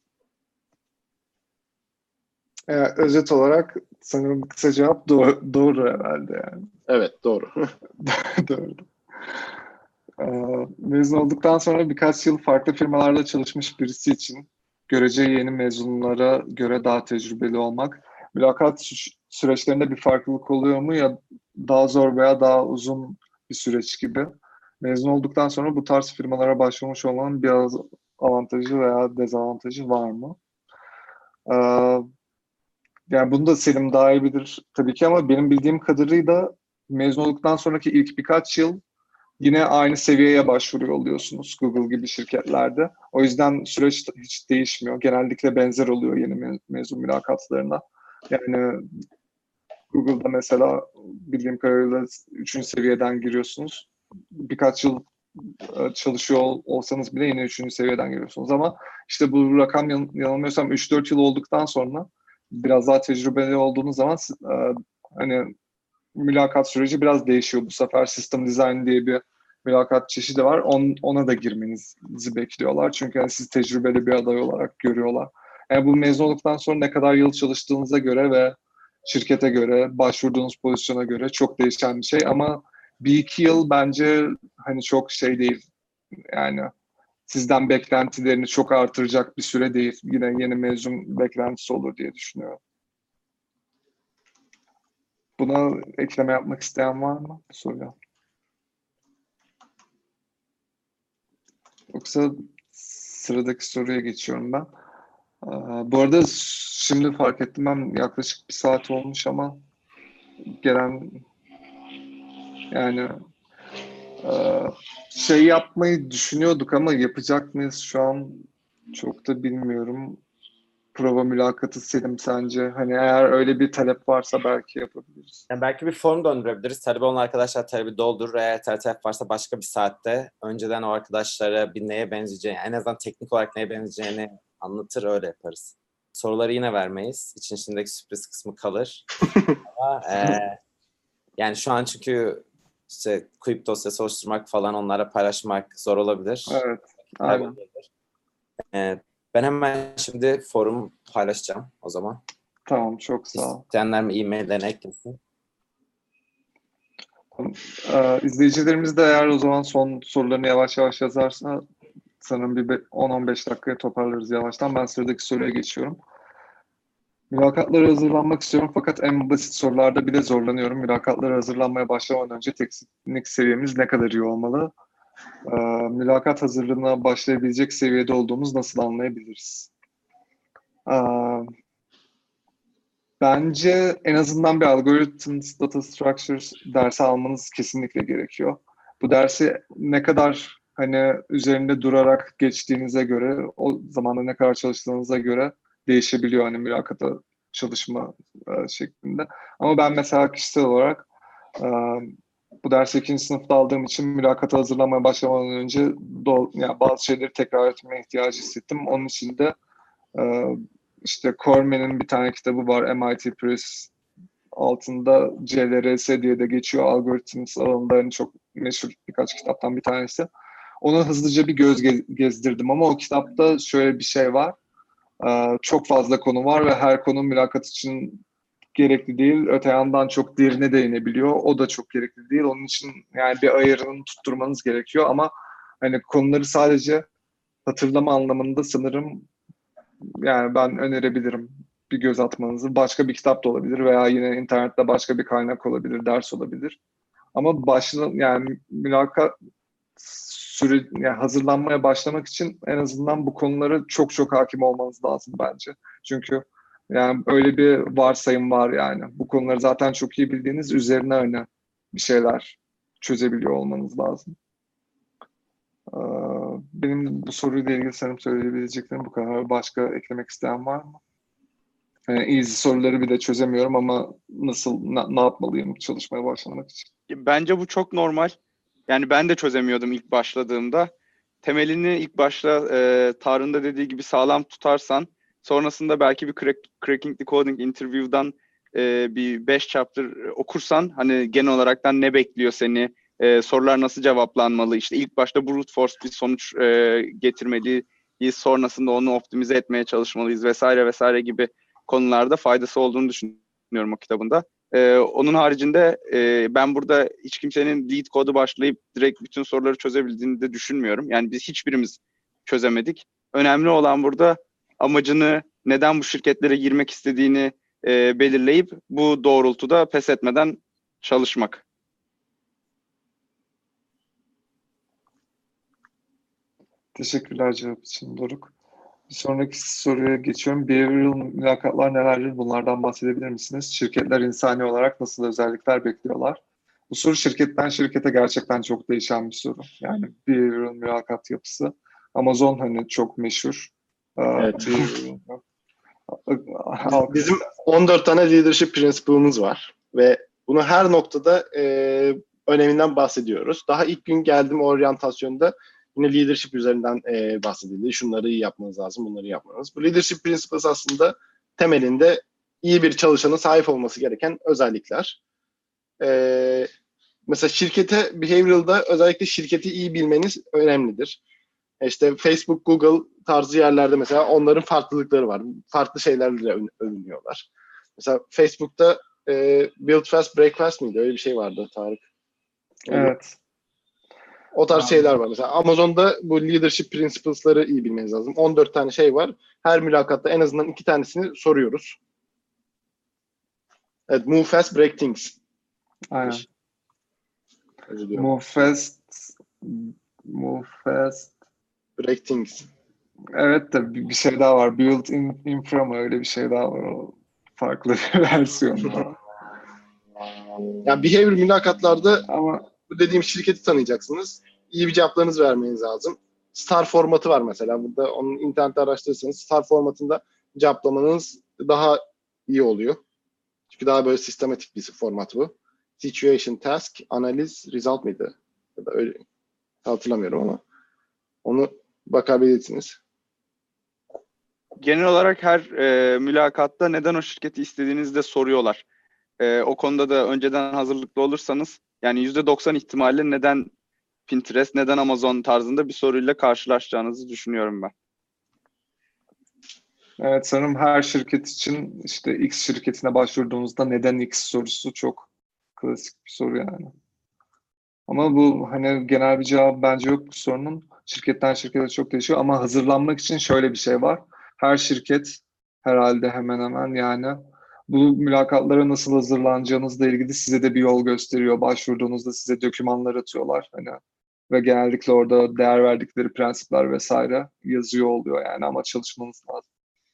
Yani özet olarak sanırım kısa cevap doğru, doğru herhalde yani. Evet, doğru. Doğru. Ee, mezun olduktan sonra birkaç yıl farklı firmalarda çalışmış birisi için görece yeni mezunlara göre daha tecrübeli olmak, mülakat sü- süreçlerinde bir farklılık oluyor mu ya daha zor veya daha uzun bir süreç gibi. Mezun olduktan sonra bu tarz firmalara başvurmuş olmanın biraz avantajı veya dezavantajı var mı? Ee, yani bunu da Selim daha iyi bilir tabii ki ama benim bildiğim kadarıyla mezun olduktan sonraki ilk birkaç yıl yine aynı seviyeye başvuruyor oluyorsunuz Google gibi şirketlerde. O yüzden süreç hiç değişmiyor. Genellikle benzer oluyor yeni me- mezun mülakatlarına. Yani Google'da mesela bildiğim kadarıyla üçüncü seviyeden giriyorsunuz. Birkaç yıl e, çalışıyor ol- olsanız bile yine üçüncü seviyeden giriyorsunuz. Ama işte bu rakam yan- yanılmıyorsam üç dört yıl olduktan sonra biraz daha tecrübeli olduğunuz zaman e, hani mülakat süreci biraz değişiyor. Bu sefer System Design diye bir mülakat çeşidi var. On, ona da girmenizi bekliyorlar. Çünkü yani sizi tecrübeli bir aday olarak görüyorlar. Yani bu mezun olduktan sonra ne kadar yıl çalıştığınıza göre ve şirkete göre, başvurduğunuz pozisyona göre çok değişen bir şey. Ama bir iki yıl bence hani çok şey değil. Yani sizden beklentilerini çok artıracak bir süre değil. Yine yeni mezun beklentisi olur diye düşünüyorum. Buna ekleme yapmak isteyen var mı? Soruyor. Yoksa sıradaki soruya geçiyorum ben. Ee, bu arada şimdi fark ettim ben yaklaşık bir saat olmuş ama gelen yani e, şey yapmayı düşünüyorduk ama yapacak mıyız şu an çok da bilmiyorum. Prova mülakatı Selim sence? Hani eğer öyle bir talep varsa belki yapabiliriz. Yani belki bir form döndürebiliriz. Talebi olan arkadaşlar talebi doldurur. Eğer talep varsa başka bir saatte önceden o arkadaşlara bir neye benzeyeceğini, en azından teknik olarak neye benzeyeceğini anlatır, öyle yaparız. Soruları yine vermeyiz. İçin içindeki sürpriz kısmı kalır. Ama e, yani şu an çünkü işte Quip dosyası oluşturmak falan, onlara paylaşmak zor olabilir. Evet, aynen. E, ben hemen şimdi forum paylaşacağım o zaman. Tamam, çok sağ ol. İsteyenler e-maillerine eklesin. Ee, izleyicilerimiz de eğer o zaman son sorularını yavaş yavaş yazarsa sanırım bir on on beş dakikaya toparlarız yavaştan. Ben sıradaki soruya geçiyorum. Mülakatlara hazırlanmak istiyorum fakat en basit sorularda bile zorlanıyorum. Mülakatlara hazırlanmaya başlamadan önce teknik seviyemiz ne kadar iyi olmalı? Ee, mülakat hazırlığına başlayabilecek seviyede olduğumuz nasıl anlayabiliriz? Ee, bence en azından bir Algorithms, Data Structures dersi almanız kesinlikle gerekiyor. Bu dersi ne kadar hani üzerinde durarak geçtiğinize göre, o zamanda ne kadar çalıştığınıza göre değişebiliyor hani mülakata çalışma e, şeklinde. Ama ben mesela kişisel olarak e, bu dersi ikinci sınıfta aldığım için mülakata hazırlanmaya başlamadan önce do, yani bazı şeyleri tekrar etmeye ihtiyacı hissettim. Onun için de e, işte Corman'ın bir tane kitabı var, M I T Press altında C L R S diye de geçiyor. Algorithms alanında hani çok meşhur birkaç kitaptan bir tanesi. Ona hızlıca bir göz gezdirdim ama o kitapta şöyle bir şey var. Ee, çok fazla konu var ve her konu mülakat için gerekli değil. Öte yandan çok derine değinebiliyor. O da çok gerekli değil. Onun için yani bir ayarını tutturmanız gerekiyor ama hani konuları sadece hatırlama anlamında sanırım yani ben önerebilirim bir göz atmanızı. Başka bir kitap da olabilir veya yine internette başka bir kaynak olabilir, ders olabilir. Ama başla yani mülakat süre yani hazırlanmaya başlamak için en azından bu konulara çok çok hakim olmanız lazım bence. Çünkü yani öyle bir varsayım var yani. Bu konuları zaten çok iyi bildiğiniz üzerine öne bir şeyler çözebiliyor olmanız lazım. Ee, benim bu soruyla ilgili sanırım söyleyebileceklerim bu kadar. Başka eklemek isteyen var mı? Yani easy soruları bile çözemiyorum ama nasıl, na, ne yapmalıyım çalışmaya başlamak için? Bence bu çok normal. Yani ben de çözemiyordum ilk başladığımda. Temelini ilk başta e, Tarık'ın da dediği gibi sağlam tutarsan, sonrasında belki bir crack, Cracking the Coding interview'dan e, bir beş chapter okursan, hani genel olaraktan ne bekliyor seni, e, sorular nasıl cevaplanmalı, işte ilk başta brute force bir sonuç e, getirmeliyiz, sonrasında onu optimize etmeye çalışmalıyız vesaire vesaire gibi konularda faydası olduğunu düşünüyorum o kitabında. Ee, onun haricinde e, ben burada hiç kimsenin lead kodu başlayıp direkt bütün soruları çözebildiğini de düşünmüyorum. Yani biz hiçbirimiz çözemedik. Önemli olan burada amacını, neden bu şirketlere girmek istediğini e, belirleyip bu doğrultuda pes etmeden çalışmak. Teşekkürler cevap için Doruk. Bir sonraki soruya geçiyorum. Behavioral mülakatlar nelerdir? Bunlardan bahsedebilir misiniz? Şirketler insani olarak nasıl özellikler bekliyorlar? Bu soru şirketten şirkete gerçekten çok değişen bir soru. Yani behavioral mülakat yapısı. Amazon hani çok meşhur. Evet. Behavioral- Bizim on dört tane leadership principle'ımız var ve bunu her noktada e, öneminden bahsediyoruz. Daha ilk gün geldim oryantasyonda yine leadership üzerinden e, bahsedildi. Şunları iyi yapmanız lazım, bunları yapmanız. Bu leadership principles aslında temelinde iyi bir çalışanın sahip olması gereken özellikler. E, mesela şirkete, behavioral'da özellikle şirketi iyi bilmeniz önemlidir. İşte Facebook, Google tarzı yerlerde mesela onların farklılıkları var. Farklı şeylerle ön, övünüyorlar. Mesela Facebook'ta e, Build Fast, Break Fast mıydı? Öyle bir şey vardı Tarık. Evet. O tarz şeyler var. Mesela Amazon'da bu leadership principles'ları iyi bilmeniz lazım. on dört tane şey var. Her mülakatta en azından iki tanesini soruyoruz. Evet, move fast, break things. Aynen. Özür diliyorum. Move fast, move fast. Break things. Evet de bir bir şey daha var. Built in infra mı öyle bir şey daha var. O farklı bir versiyonu var. Yani behavior mülakatlarda Ama bu dediğim şirketi tanıyacaksınız. İyi bir cevaplarınızı vermeniz lazım. Star formatı var mesela. Burada onun internette araştırırsanız Star formatında cevaplamanız daha iyi oluyor. Çünkü daha böyle sistematik bir format bu. Situation, task, analiz, result mıydı? Ya da öyle hatırlamıyorum ama onu bakabilirsiniz. Genel olarak her e, mülakatta neden o şirketi istediğinizi de soruyorlar. E, o konuda da önceden hazırlıklı olursanız, yani yüzde doksan ihtimalle neden Pinterest, neden Amazon tarzında bir soruyla karşılaşacağınızı düşünüyorum ben. Evet, sanırım her şirket için işte X şirketine başvurduğunuzda neden X sorusu çok klasik bir soru yani. Ama bu hani genel bir cevap bence yok bu sorunun. Şirketten şirkete çok değişiyor ama hazırlanmak için şöyle bir şey var. Her şirket herhalde hemen hemen yani bu mülakatlara nasıl hazırlanacağınızla ilgili size de bir yol gösteriyor. Başvurduğunuzda size dokümanlar atıyorlar hani ve genellikle orada değer verdikleri prensipler vesaire yazıyor oluyor yani ama çalışmanız lazım.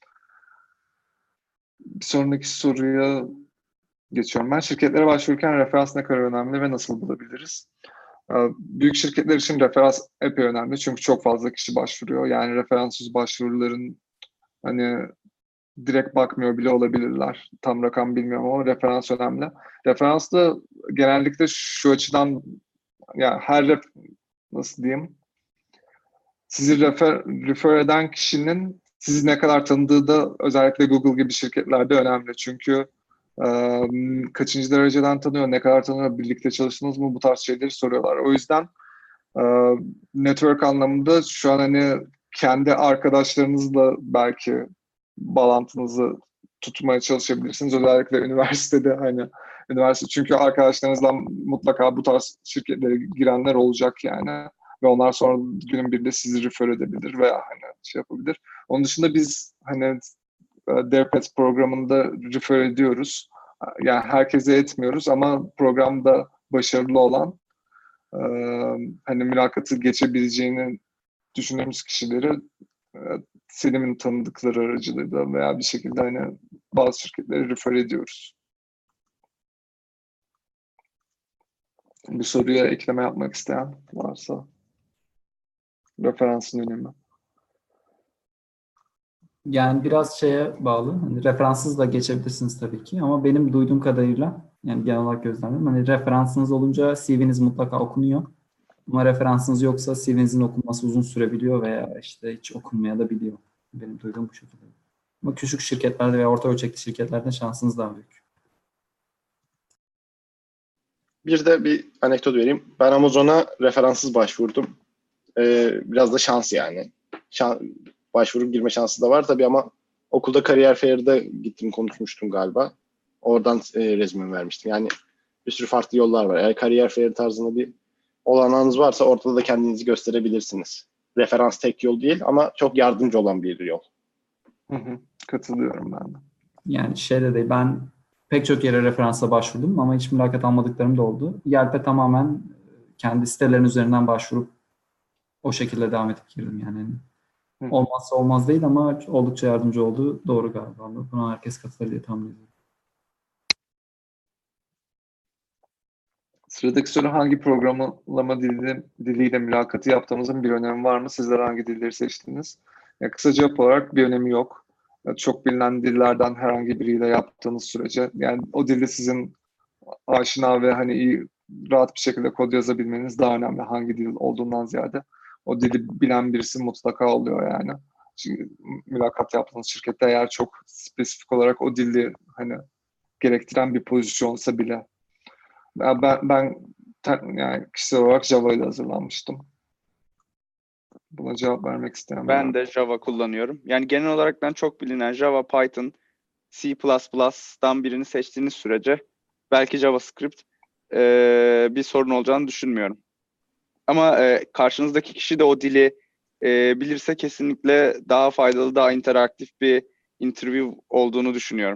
Bir sonraki soruya geçiyorum. Ben şirketlere başvururken referans ne kadar önemli ve nasıl bulabiliriz? Ee, Büyük şirketler için referans epey önemli çünkü çok fazla kişi başvuruyor. Yani referanssız başvuruların hani direkt bakmıyor bile olabilirler. Tam rakam bilmiyorum ama referans önemli. Referans da genellikle şu açıdan yani her ref, nasıl diyeyim sizi refer, refer eden kişinin sizi ne kadar tanıdığı da özellikle Google gibi şirketlerde önemli. Çünkü e, kaçıncı dereceden tanıyor, ne kadar tanıyor, birlikte çalıştınız mı bu tarz şeyleri soruyorlar. O yüzden e, network anlamında şu an hani kendi arkadaşlarınızla belki bağlantınızı tutmaya çalışabilirsiniz. Özellikle üniversitede hani üniversite çünkü arkadaşlarınızdan mutlaka bu tarz şirketlere girenler olacak yani ve onlar sonra günün birinde sizi refer edebilir veya hani şey yapabilir. Onun dışında biz hani e, DevPets programında refer ediyoruz. Yani herkese etmiyoruz ama programda başarılı olan e, hani mülakatı geçebileceğini düşündüğümüz kişileri e, Selim'in tanıdıkları aracılığıyla veya bir şekilde hani bazı şirketleri refer ediyoruz. Bu soruya ekleme yapmak isteyen varsa referansın önemi. Yani biraz şeye bağlı. Hani referanssız da geçebilirsiniz tabii ki ama benim duyduğum kadarıyla yani genel olarak gözlemledim. Hani referansınız olunca C V'niz mutlaka okunuyor. Ama referansınız yoksa C V'nizin okunması uzun sürebiliyor veya işte hiç okunmaya da biliyor. Benim duyduğum bu şekilde. Ama küçük şirketlerde veya orta ölçekli şirketlerde şansınız daha büyük. Bir de bir anekdot vereyim. Ben Amazon'a referanssız başvurdum. Ee, biraz da şans yani. Şan, başvurup girme şansı da var tabii ama okulda kariyer fair'de gittim konuşmuştum galiba. Oradan e, rezümemi vermiştim. Yani bir sürü farklı yollar var. Eğer kariyer fair tarzında bir olanağınız varsa ortada da kendinizi gösterebilirsiniz. Referans tek yol değil ama çok yardımcı olan bir yol. Hı hı, katılıyorum ben de. Yani şeyde de ben pek çok yere referansa başvurdum ama hiç mülakat almadıklarım da oldu. Yelp'e tamamen kendi sitelerin üzerinden başvurup o şekilde devam edip girdim yani. Hı. Olmazsa olmaz değil ama oldukça yardımcı oldu. Doğru galiba. Buna herkes katılır diye tahmin ediyorum. Sıradaki soru hangi programlama dili, diliyle mülakatı yaptığımızın bir önemi var mı? Sizler hangi dilleri seçtiniz? Ya kısa cevap olarak bir önemi yok. Ya çok bilinen dillerden herhangi biriyle yaptığınız sürece yani o dilde sizin aşina ve hani iyi rahat bir şekilde kod yazabilmeniz daha önemli hangi dil olduğundan ziyade. O dili bilen birisi mutlaka oluyor yani. Çünkü mülakat yaptığınız şirkette eğer çok spesifik olarak o dili hani gerektiren bir pozisyonsa bile. Ben, ben, ben yani kişisel olarak Java ile hazırlanmıştım. Buna cevap vermek isteyen var Ben mı? de Java kullanıyorum. Yani genel olarak çok bilinen Java, Python, C plus plus'tan birini seçtiğiniz sürece belki JavaScript e, bir sorun olacağını düşünmüyorum. Ama e, karşınızdaki kişi de o dili e, bilirse kesinlikle daha faydalı, daha interaktif bir interview olduğunu düşünüyorum.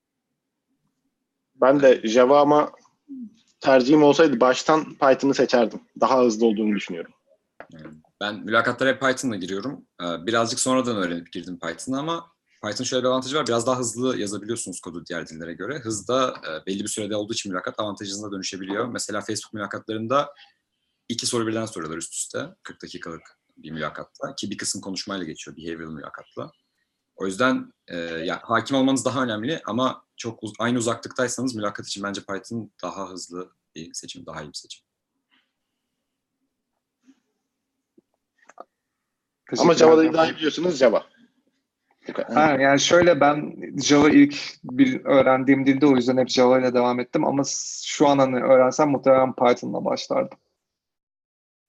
Ben de Java ama tercihim olsaydı baştan Python'ı seçerdim. Daha hızlı olduğunu düşünüyorum. Ben mülakatlara hep Python'la giriyorum. Birazcık sonradan öğrenip girdim Python'a ama Python şöyle bir avantajı var. Biraz daha hızlı yazabiliyorsunuz kodu diğer dillere göre. Hızda belli bir sürede olduğu için mülakat avantajınıza dönüşebiliyor. Mesela Facebook mülakatlarında iki soru birden soruyorlar üst üste. kırk dakikalık bir mülakatta. Ki bir kısım konuşmayla geçiyor, behavioral mülakatla. O yüzden e, ya, hakim olmanız daha önemli ama çok uz- aynı uzaklıktaysanız mülakat için bence Python daha hızlı bir seçim, daha iyi bir seçim. Ama Teşekkürler. Java'da daha iyi biliyorsunuz Java. Ha, yani şöyle ben Java ilk bir öğrendiğim dilde o yüzden hep Java ile devam ettim ama şu an hani öğrensem muhtemelen Python'la başlardım.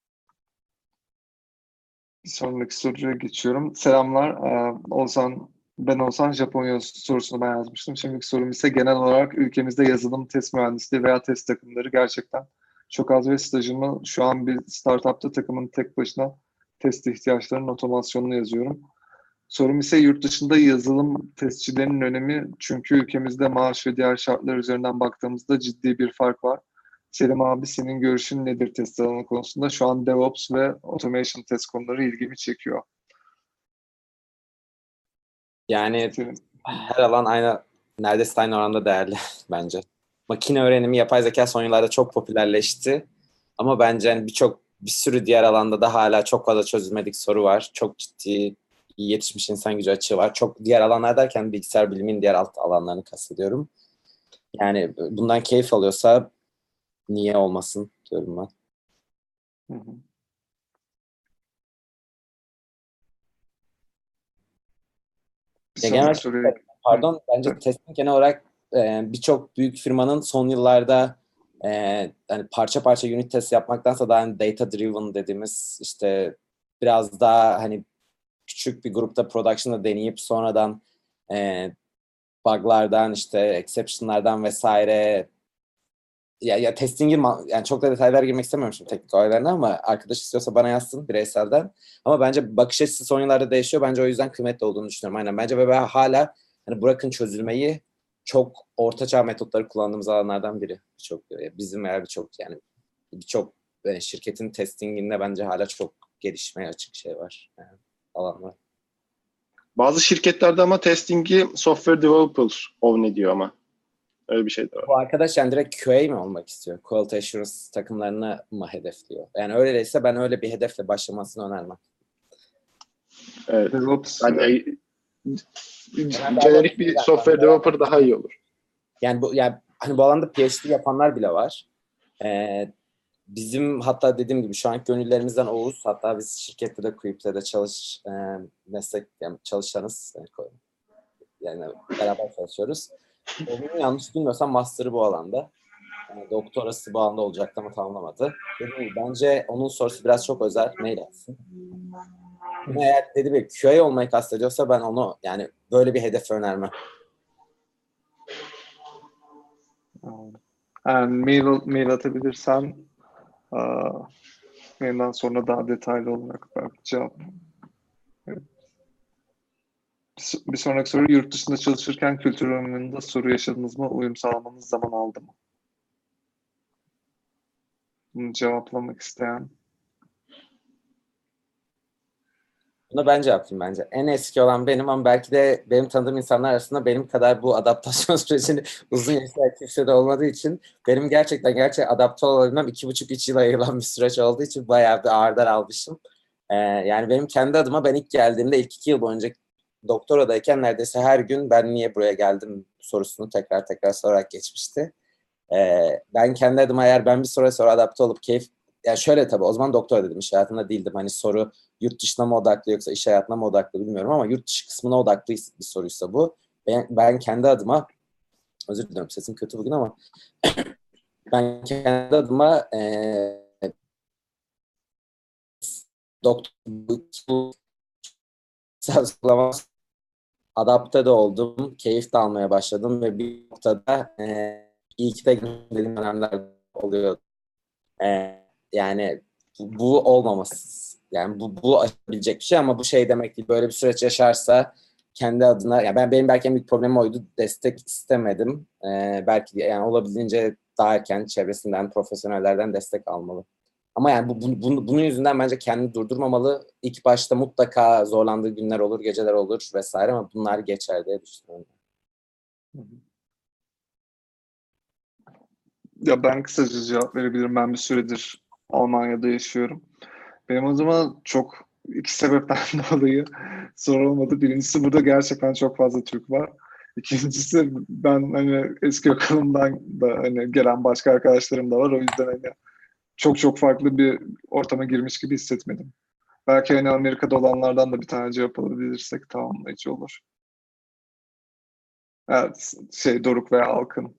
Bir sonraki soruya geçiyorum. Selamlar. Ee, Oğuzhan Ben olsam Japonya sorusunu ben yazmıştım. Şimdiki sorum ise genel olarak ülkemizde yazılım, test mühendisliği veya test takımları gerçekten çok az ve stajımı şu an bir startupta takımın tek başına test ihtiyaçlarının otomasyonunu yazıyorum. Sorum ise yurt dışında yazılım testçilerinin önemi, çünkü ülkemizde maaş ve diğer şartlar üzerinden baktığımızda ciddi bir fark var. Selim abi, senin görüşün nedir test alanı konusunda? Şu an DevOps ve Automation test konuları ilgimi çekiyor. Yani Selim. her alan aynı, neredeyse aynı oranda değerli bence. Makine öğrenimi, yapay zeka son yıllarda çok popülerleşti. Ama bence hani birçok, bir sürü diğer alanda da hala çok fazla çözülmedik soru var. Çok ciddi, iyi yetişmiş insan gücü açığı var. Çok diğer alanlar derken bilgisayar biliminin diğer alt alanlarını kastediyorum. Yani bundan keyif alıyorsa niye olmasın diyorum ben. Hı hı. Bir Ya sonraki genel soruya. Pardon, bence Evet. testing genel olarak e, birçok büyük firmanın son yıllarda e, hani parça parça unit test yapmaktansa daha hani data driven dediğimiz, işte biraz daha hani küçük bir grupta production'da deneyip sonradan e, bug'lardan, işte exception'lardan vesaire, ya, ya testingin ma- yani çok da detaylara girmek istemiyorum şimdi teknik olaylarına, ama arkadaş istiyorsa bana yazsın bireyselden. Ama bence bakış açısı son yıllarda değişiyor. Bence o yüzden kıymetli olduğunu düşünüyorum. Aynen. Bence ve ben hala hani bırakın çözülmeyi, çok ortaçağ metotları kullandığımız alanlardan biri. Birçok bizim veya birçok yani birçok e, şirketin testinginde bence hala çok gelişmeye açık şey var. Yani, alan var. Bazı şirketlerde ama testing'i software developer own ediyor ama. Öyle bir şey de var. Bu arkadaş yani direkt Q A mi olmak istiyor? Quality Assurance takımlarını mı hedefliyor? Yani öyleyse ben öyle bir hedefle başlamasını önermem. Evet. DevOps, Yani Genelde jenerik bir adamlar- software developer daha iyi olur. Yani bu yani hani bu alanda P H D yapanlar bile var. Ee, bizim hatta dediğim gibi şu anki gönüllerimizden Oğuz, hatta biz şirkette de Quip'te de çalış e, meslek yani çalışanız. Yani beraber çalışıyoruz. Onun yanlış bilmiyorsam master'ı bu alanda. Yani doktorası bu alanda olacaktı ama tamamlamadı. Dediğim gibi bence onun sorusu biraz çok özel. Mail atsın. Ama eğer dedi bir Q A olmayı kastediyorsa ben onu yani böyle bir hedef önermem. yani mail, mail atabilirsen aa, mailden sonra daha detaylı olarak belki cevap. Evet. Bir sonraki soru, yurt dışında çalışırken kültür öğreniminde soru yaşadınız mı? Uyum sağlamanız zaman aldı mı? Bunu cevaplamak isteyen. Bunu ben cevaplayayım bence. En eski olan benim, ama belki de benim tanıdığım insanlar arasında benim kadar bu adaptasyon sürecini uzun yaşayan kimse de olmadığı için benim gerçekten gerçekten adapte olabilmem iki buçuk üç yıla yayılan bir süreç olduğu için bayağı bir ağırdan almışım. Ee, yani benim kendi adıma ben ilk geldiğimde ilk iki yıl boyunca doktoradayken neredeyse her gün ben niye buraya geldim sorusunu tekrar tekrar sorarak geçmişti. Ee, ben kendi adıma eğer ben bir süre sonra adapte olup keyif, yani şöyle tabii o zaman doktor dedim, iş hayatında değildim. Hani soru yurt dışına mı odaklı yoksa iş hayatına mı odaklı bilmiyorum, ama yurt dışı kısmına odaklı bir soruysa bu. Ben, ben kendi adıma, özür diliyorum sesim kötü bugün ama ben kendi adıma e, doktor adapte de oldum, keyif de almaya başladım ve bir noktada e, iyi ki de dediğim dönemler oluyor. E, yani bu, bu olmaması, yani bu, bu aşabilecek bir şey, ama bu şey demek değil. Böyle bir süreç yaşarsa kendi adına, yani ben benim belki en büyük problemim oydu. Destek istemedim. E, belki yani olabildiğince daha erken çevresinden, profesyonellerden destek almalı. Ama yani bu, bu, bu, bunun yüzünden bence kendini durdurmamalı. İlk başta mutlaka zorlandığı günler olur, geceler olur vesaire, ama bunlar geçer diye düşünüyorum. Ya ben kısaca cevap verebilirim. Ben bir süredir Almanya'da yaşıyorum. Benim o zaman çok iki sebepten dolayı soru olmadı. Birincisi, burada gerçekten çok fazla Türk var. İkincisi, ben hani eski okulumdan da hani gelen başka arkadaşlarım da var. O yüzden hani çok çok farklı bir ortama girmiş gibi hissetmedim. Belki hani Amerika'da olanlardan da bir tane cevap alabilirsek tamamlayıcı olur. Evet, şey Doruk veya Alkın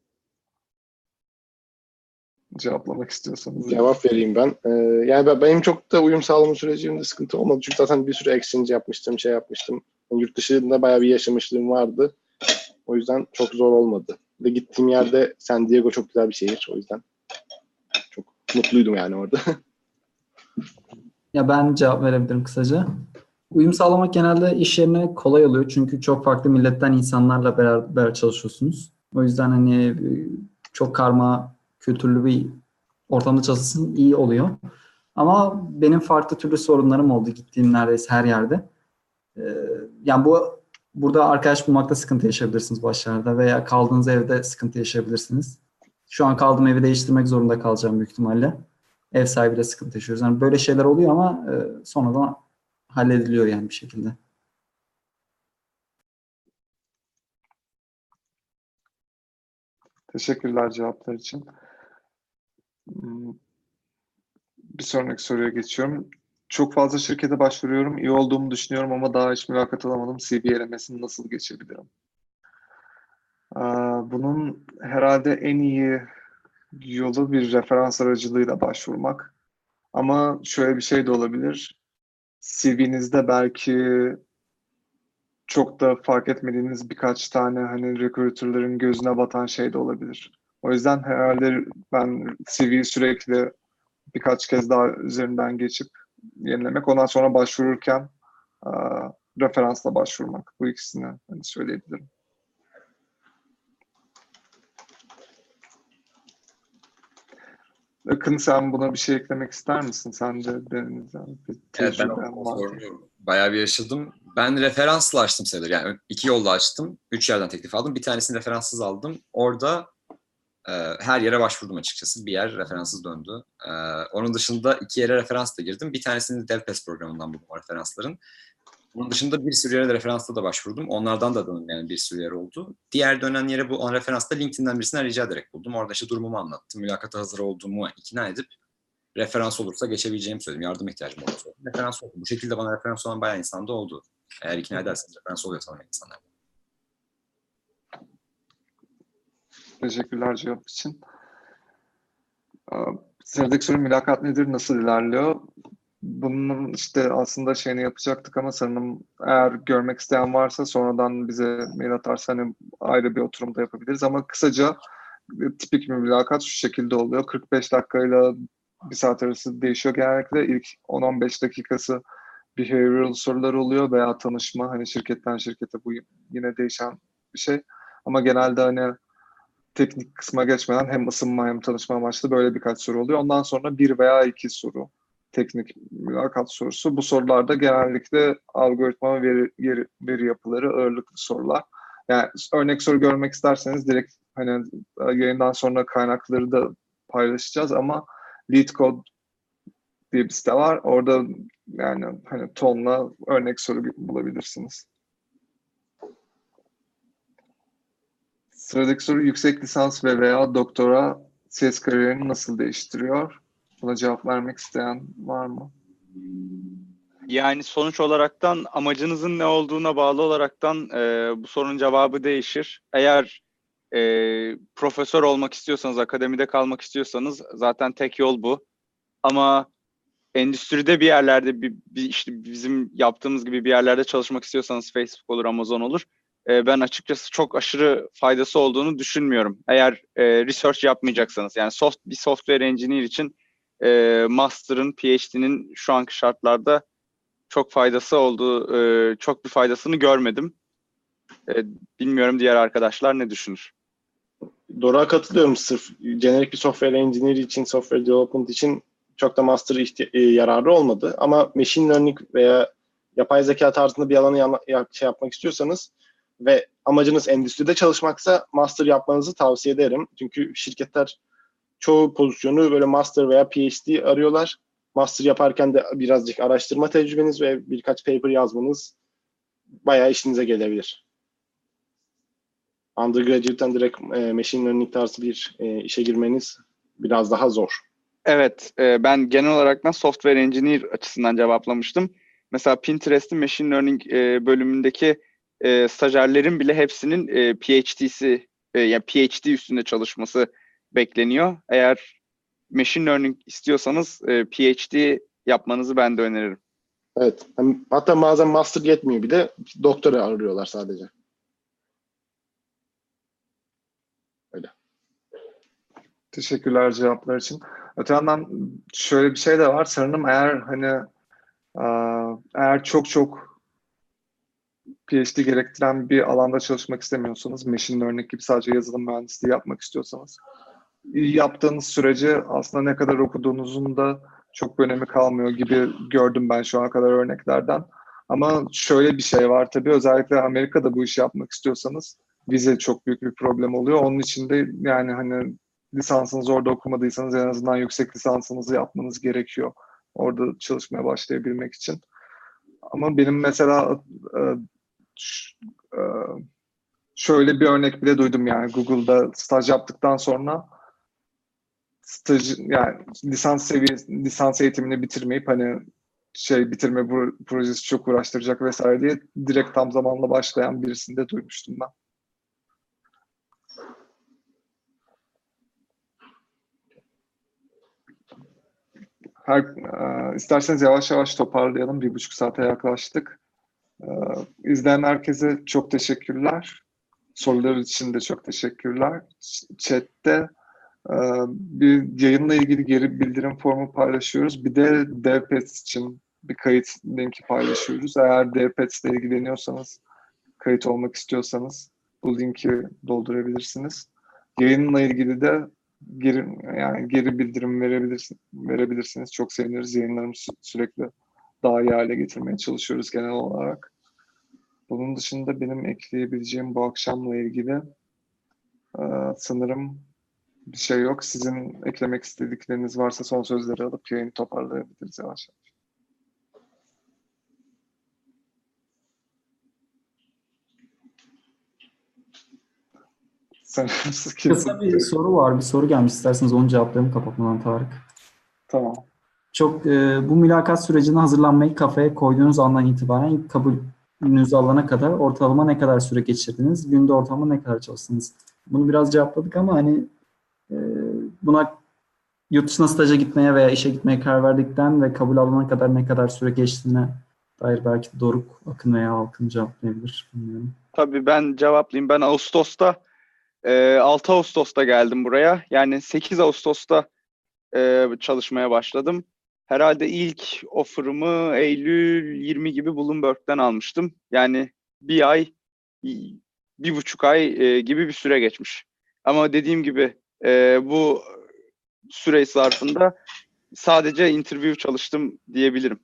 cevaplamak istiyorsanız. Cevap vereyim ben. Ee, yani ben, benim çok da uyum sağlama sürecimde sıkıntı olmadı. Çünkü zaten bir sürü exchange yapmıştım, şey yapmıştım. Yani yurt dışında bayağı bir yaşamışlığım vardı. O yüzden çok zor olmadı. Ve gittiğim yerde San Diego çok güzel bir şehir. O yüzden çok mutluydum yani orada. Ya ben cevap verebilirim kısaca. Uyum sağlamak genelde iş yerine kolay oluyor. Çünkü çok farklı milletten insanlarla beraber çalışıyorsunuz. O yüzden hani e, çok karma, kültürlü bir ortamda çalışsın iyi oluyor. Ama benim farklı türlü sorunlarım oldu gittiğim neredeyse her yerde. Ee, yani bu burada arkadaş bulmakta sıkıntı yaşayabilirsiniz başlarda veya kaldığınız evde sıkıntı yaşayabilirsiniz. Şu an kaldığım evi değiştirmek zorunda kalacağım büyük ihtimalle. Ev sahibiyle sıkıntı yaşıyoruz. Yani böyle şeyler oluyor ama e, sonradan hallediliyor yani bir şekilde. Teşekkürler cevaplar için. Hmm, Bir sonraki soruya geçiyorum. Çok fazla şirkete başvuruyorum. İyi olduğumu düşünüyorum ama daha hiç mülakat alamadım. C V elemesini nasıl geçebilirim? Aa, Bunun herhalde en iyi yolu bir referans aracılığıyla başvurmak. Ama şöyle bir şey de olabilir. C V'nizde belki çok da fark etmediğiniz birkaç tane hani recruiter'ların gözüne batan şey de olabilir. O yüzden herhalde ben C V'yi sürekli birkaç kez daha üzerinden geçip yenilemek. Ondan sonra başvururken e, referansla başvurmak. Bu ikisini hani söyleyebilirim. Akın, sen buna bir şey eklemek ister misin? Sence Deniz, yani bir Evet, ben o, tecrüben o var mı? sorunu bayağı bir yaşadım. Ben referansla açtım sayılır. Yani iki yolla açtım. Üç yerden teklif aldım. Bir tanesini referanssız aldım. Orada e, her yere başvurdum açıkçası. Bir yer referanssız döndü. E, onun dışında iki yere referans da girdim. Bir tanesini DevPass programından buldum o referansların. Onun dışında bir sürü yere de referansla da başvurdum. Onlardan da dönen yani bir sürü yer oldu. Diğer dönen yere bu on referansta LinkedIn'den birisinden rica ederek buldum. Orada işte durumumu anlattım. Mülakata hazır olduğumu ikna edip referans olursa geçebileceğimi söyledim. Yardım ihtiyacım olduğunu söyledim. Referans oldu. Bu şekilde bana referans olan bayağı insan da oldu. Eğer ikna ederseniz referans oluyor tanımayan insanlar. Teşekkürler cevap için. Ee, Sıradaki soru mülakat nedir, nasıl ilerliyor? Bunun işte aslında şeyini yapacaktık ama sanırım eğer görmek isteyen varsa sonradan bize mail atarsa hani ayrı bir oturumda yapabiliriz. Ama kısaca e, tipik bir mülakat şu şekilde oluyor. kırk beş dakikayla bir saat arası değişiyor genellikle. İlk on on beş dakikası behavioral sorular oluyor veya tanışma. Hani şirketten şirkete bu yine değişen bir şey. Ama genelde hani teknik kısma geçmeden hem ısınma hem tanışma amaçlı böyle birkaç soru oluyor. Ondan sonra bir veya iki soru teknik mülakat sorusu. Bu sorularda genellikle algoritma ve veri, veri, veri yapıları ağırlıklı sorular. Yani örnek soru görmek isterseniz direkt hani yayından sonra kaynakları da paylaşacağız ama LeetCode diye bir site var. Orada yani hani tonla örnek soru bulabilirsiniz. Sıradaki soru yüksek lisans ve veya doktora C S kariyerini nasıl değiştiriyor? Buna cevap vermek isteyen var mı? Yani sonuç olaraktan amacınızın ne olduğuna bağlı olaraktan e, bu sorunun cevabı değişir. Eğer e, profesör olmak istiyorsanız, akademide kalmak istiyorsanız zaten tek yol bu. Ama endüstride bir yerlerde bir, bir işte bizim yaptığımız gibi bir yerlerde çalışmak istiyorsanız Facebook olur, Amazon olur. E, ben açıkçası çok aşırı faydası olduğunu düşünmüyorum. Eğer e, research yapmayacaksanız, yani soft bir software engineer için e, master'ın, P H D'nin şu anki şartlarda çok faydası olduğu, e, çok bir faydasını görmedim. E, bilmiyorum diğer arkadaşlar ne düşünür? Doruk'a katılıyorum. Sırf jenerik bir software engineer için, software development için çok da master ihti- e, yararı olmadı. Ama machine learning veya yapay zeka tarzında bir alanı yana- ya- şey yapmak istiyorsanız ve amacınız endüstride çalışmaksa master yapmanızı tavsiye ederim. Çünkü şirketler çoğu pozisyonu böyle master veya P H D arıyorlar. Master yaparken de birazcık araştırma tecrübeniz ve birkaç paper yazmanız bayağı işinize gelebilir. Undergraduate'den direkt e, machine learning tarzı bir e, işe girmeniz biraz daha zor. Evet, e, ben genel olarak software engineer açısından cevaplamıştım. Mesela Pinterest'in machine learning e, bölümündeki e, stajyerlerin bile hepsinin e, P H D'si, e, yani P H D üstünde çalışması bekleniyor. Eğer machine learning istiyorsanız e, P H D yapmanızı ben de öneririm. Evet. Hem- Hatta bazen master yetmiyor bile. Doktora arıyorlar sadece. Öyle. Teşekkürler cevaplar için. Öte yandan şöyle bir şey de var. Sanırım eğer hani e, eğer çok çok PhD gerektiren bir alanda çalışmak istemiyorsanız, machine learning gibi sadece yazılım mühendisliği yapmak istiyorsanız, yaptığınız sürece aslında ne kadar okuduğunuzun da çok bir önemi kalmıyor gibi gördüm ben şu ana kadar örneklerden. Ama şöyle bir şey var tabii, özellikle Amerika'da bu işi yapmak istiyorsanız vize çok büyük bir problem oluyor. Onun için de yani hani lisansınızı orada okumadıysanız en azından yüksek lisansınızı yapmanız gerekiyor orada çalışmaya başlayabilmek için. Ama benim mesela e, ş- e, şöyle bir örnek bile duydum, yani Google'da staj yaptıktan sonra staj, yani lisans seviyesi, lisans eğitimini bitirmeyip hani şey bitirme pro- projesi çok uğraştıracak vesaire diye direkt tam zamanla başlayan birisini de duymuştum ben. Her, e, isterseniz yavaş yavaş toparlayalım. Bir buçuk saate yaklaştık. E, izleyen herkese çok teşekkürler. Sorular için de çok teşekkürler. Chat'te e, bir yayınla ilgili geri bildirim formu paylaşıyoruz. Bir de DevPets için bir kayıt linki paylaşıyoruz. Eğer DevPets ile ilgileniyorsanız, kayıt olmak istiyorsanız bu linki doldurabilirsiniz. Yayınla ilgili de geri, yani geri bildirim verebilirsiniz, verebilirsiniz. Çok seviniriz. Yayınlarımızı sürekli daha iyi hale getirmeye çalışıyoruz genel olarak. Bunun dışında benim ekleyebileceğim bu akşamla ilgili e, sanırım bir şey yok. Sizin eklemek istedikleriniz varsa son sözleri alıp yayını toparlayabiliriz yavaş yavaş. Sanırım siz Kısa bir kimsin? soru var. Bir soru gelmiş. İsterseniz onu cevaplayalım kapatmadan Tarık. Tamam. Çok e, bu mülakat sürecine hazırlanmayı kafaya koyduğunuz andan itibaren ilk kabulünüzü alana kadar ortalama ne kadar süre geçirdiniz? Günde ortalama ne kadar çalıştınız? Bunu biraz cevapladık ama hani e, buna yurt dışına staja gitmeye veya işe gitmeye karar verdikten ve kabul alana kadar ne kadar süre geçtiğine dair belki Doruk, Akın veya Halkın cevaplayabilir. Bilmiyorum. Tabii ben cevaplayayım. Ben Ağustos'ta, e, altı Ağustos'ta geldim buraya. Yani sekiz Ağustos'ta e, çalışmaya başladım. Herhalde ilk offer'ımı Eylül yirmi gibi Bloomberg'den almıştım. Yani bir ay, bir buçuk ay e, gibi bir süre geçmiş. Ama dediğim gibi e, bu süre zarfında sadece interview çalıştım diyebilirim.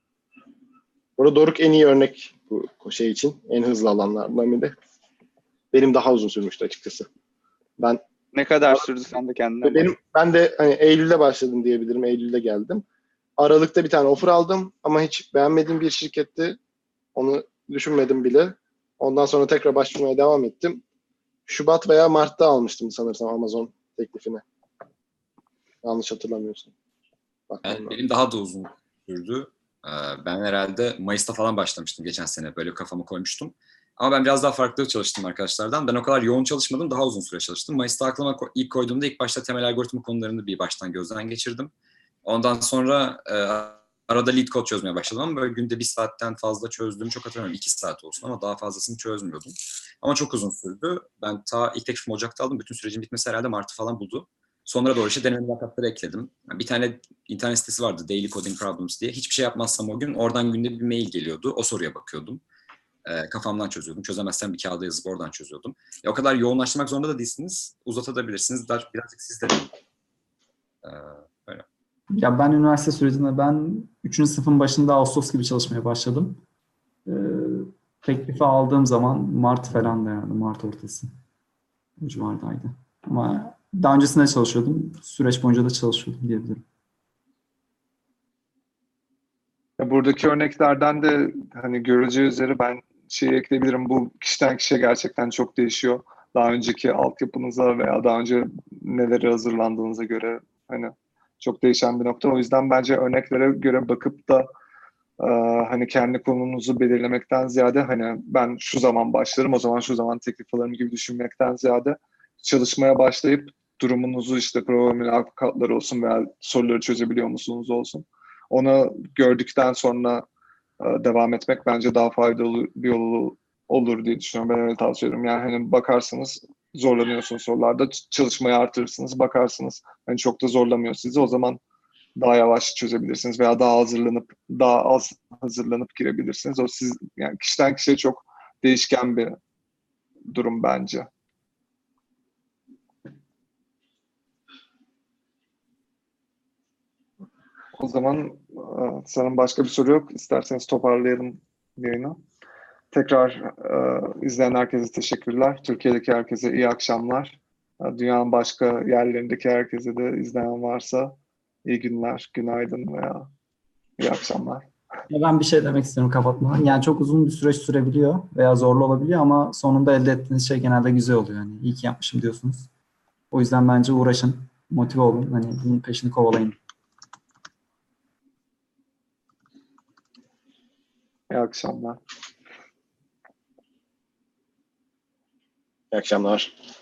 Burada Doruk en iyi örnek bu şey için. En hızlı alanlardan biri. Benim daha uzun sürmüştü açıkçası. Ben Ne kadar sürdü sen de kendinden benim ben de hani Eylül'de başladım diyebilirim. Eylül'de geldim. Aralık'ta bir tane offer aldım ama hiç beğenmediğim bir şirketti. Onu düşünmedim bile. Ondan sonra tekrar başvurmaya devam ettim. Şubat veya Mart'ta almıştım sanırsam Amazon teklifini. Yanlış hatırlamıyorsam. Bakmam Ben, lazım. benim daha da uzun sürdü. Ee, Ben herhalde Mayıs'ta falan başlamıştım geçen sene. Böyle kafamı koymuştum. Ama ben biraz daha farklı çalıştım arkadaşlardan. Ben o kadar yoğun çalışmadım. Daha uzun süre çalıştım. Mayıs'ta aklıma ko- ilk koyduğumda ilk başta temel algoritma konularını bir baştan gözden geçirdim. Ondan sonra e, arada lead code çözmeye başladım ama böyle günde bir saatten fazla çözdüğümü çok hatırlamıyorum. İki saat olsun ama daha fazlasını çözmüyordum. Ama çok uzun sürdü. Ben ta ilk teklifimi Ocak'ta aldım. Bütün sürecin bitmesi herhalde Mart'ı falan buldu. Sonra doğru işte deneme mülakatları ekledim. Bir tane internet sitesi vardı, Daily Coding Problems diye. Hiçbir şey yapmazsam o gün oradan günde bir mail geliyordu. O soruya bakıyordum. E, kafamdan çözüyordum. Çözemezsem bir kağıda yazıp oradan çözüyordum. E, o kadar yoğunlaştırmak zorunda da değilsiniz. Uzatabilirsiniz. Daha, birazcık siz de e, öyle. Ya ben üniversite sürecinde ben üçüncü sınıfın başında Ağustos gibi çalışmaya başladım. Ee, teklifi aldığım zaman Mart falan da yani Mart ortası. Bu civardaydı. Ama daha öncesinde çalışıyordum. Süreç boyunca da çalışıyordum diyebilirim. Buradaki örneklerden de hani görüleceği üzere ben şeyi ekleyebilirim. Bu kişiden kişiye gerçekten çok değişiyor. Daha önceki altyapınıza veya daha önce nelere hazırlandığınıza göre hani çok değişen bir nokta. O yüzden bence örneklere göre bakıp da e, hani kendi konunuzu belirlemekten ziyade hani ben şu zaman başlarım, o zaman şu zaman teklif alırım gibi düşünmekten ziyade çalışmaya başlayıp durumunuzu işte prova mülakatları olsun veya soruları çözebiliyor musunuz olsun. Onu gördükten sonra e, devam etmek bence daha faydalı bir yolu olur diye düşünüyorum. Ben öyle tavsiye ediyorum. Yani hani bakarsınız zorlanıyorsunuz sorularda, ç- çalışmayı artırırsınız, bakarsınız hani çok da zorlamıyor sizi. O zaman daha yavaş çözebilirsiniz veya daha hazırlanıp daha az hazırlanıp girebilirsiniz. O siz yani kişiden kişiye çok değişken bir durum bence. O zaman e, sanırım başka bir soru yok. İsterseniz toparlayalım yayını. Tekrar e, izleyen herkese teşekkürler. Türkiye'deki herkese iyi akşamlar. E, Dünyanın başka yerlerindeki herkese de izleyen varsa iyi günler, günaydın veya iyi akşamlar. Ya ben bir şey demek istiyorum kapatmadan. Yani çok uzun bir süreç sürebiliyor veya zorlu olabiliyor ama sonunda elde ettiğiniz şey genelde güzel oluyor. Yani iyi ki yapmışım diyorsunuz. O yüzden bence uğraşın, motive olun. Hani bunun peşini kovalayın. İyi akşamlar. İyi akşamlar.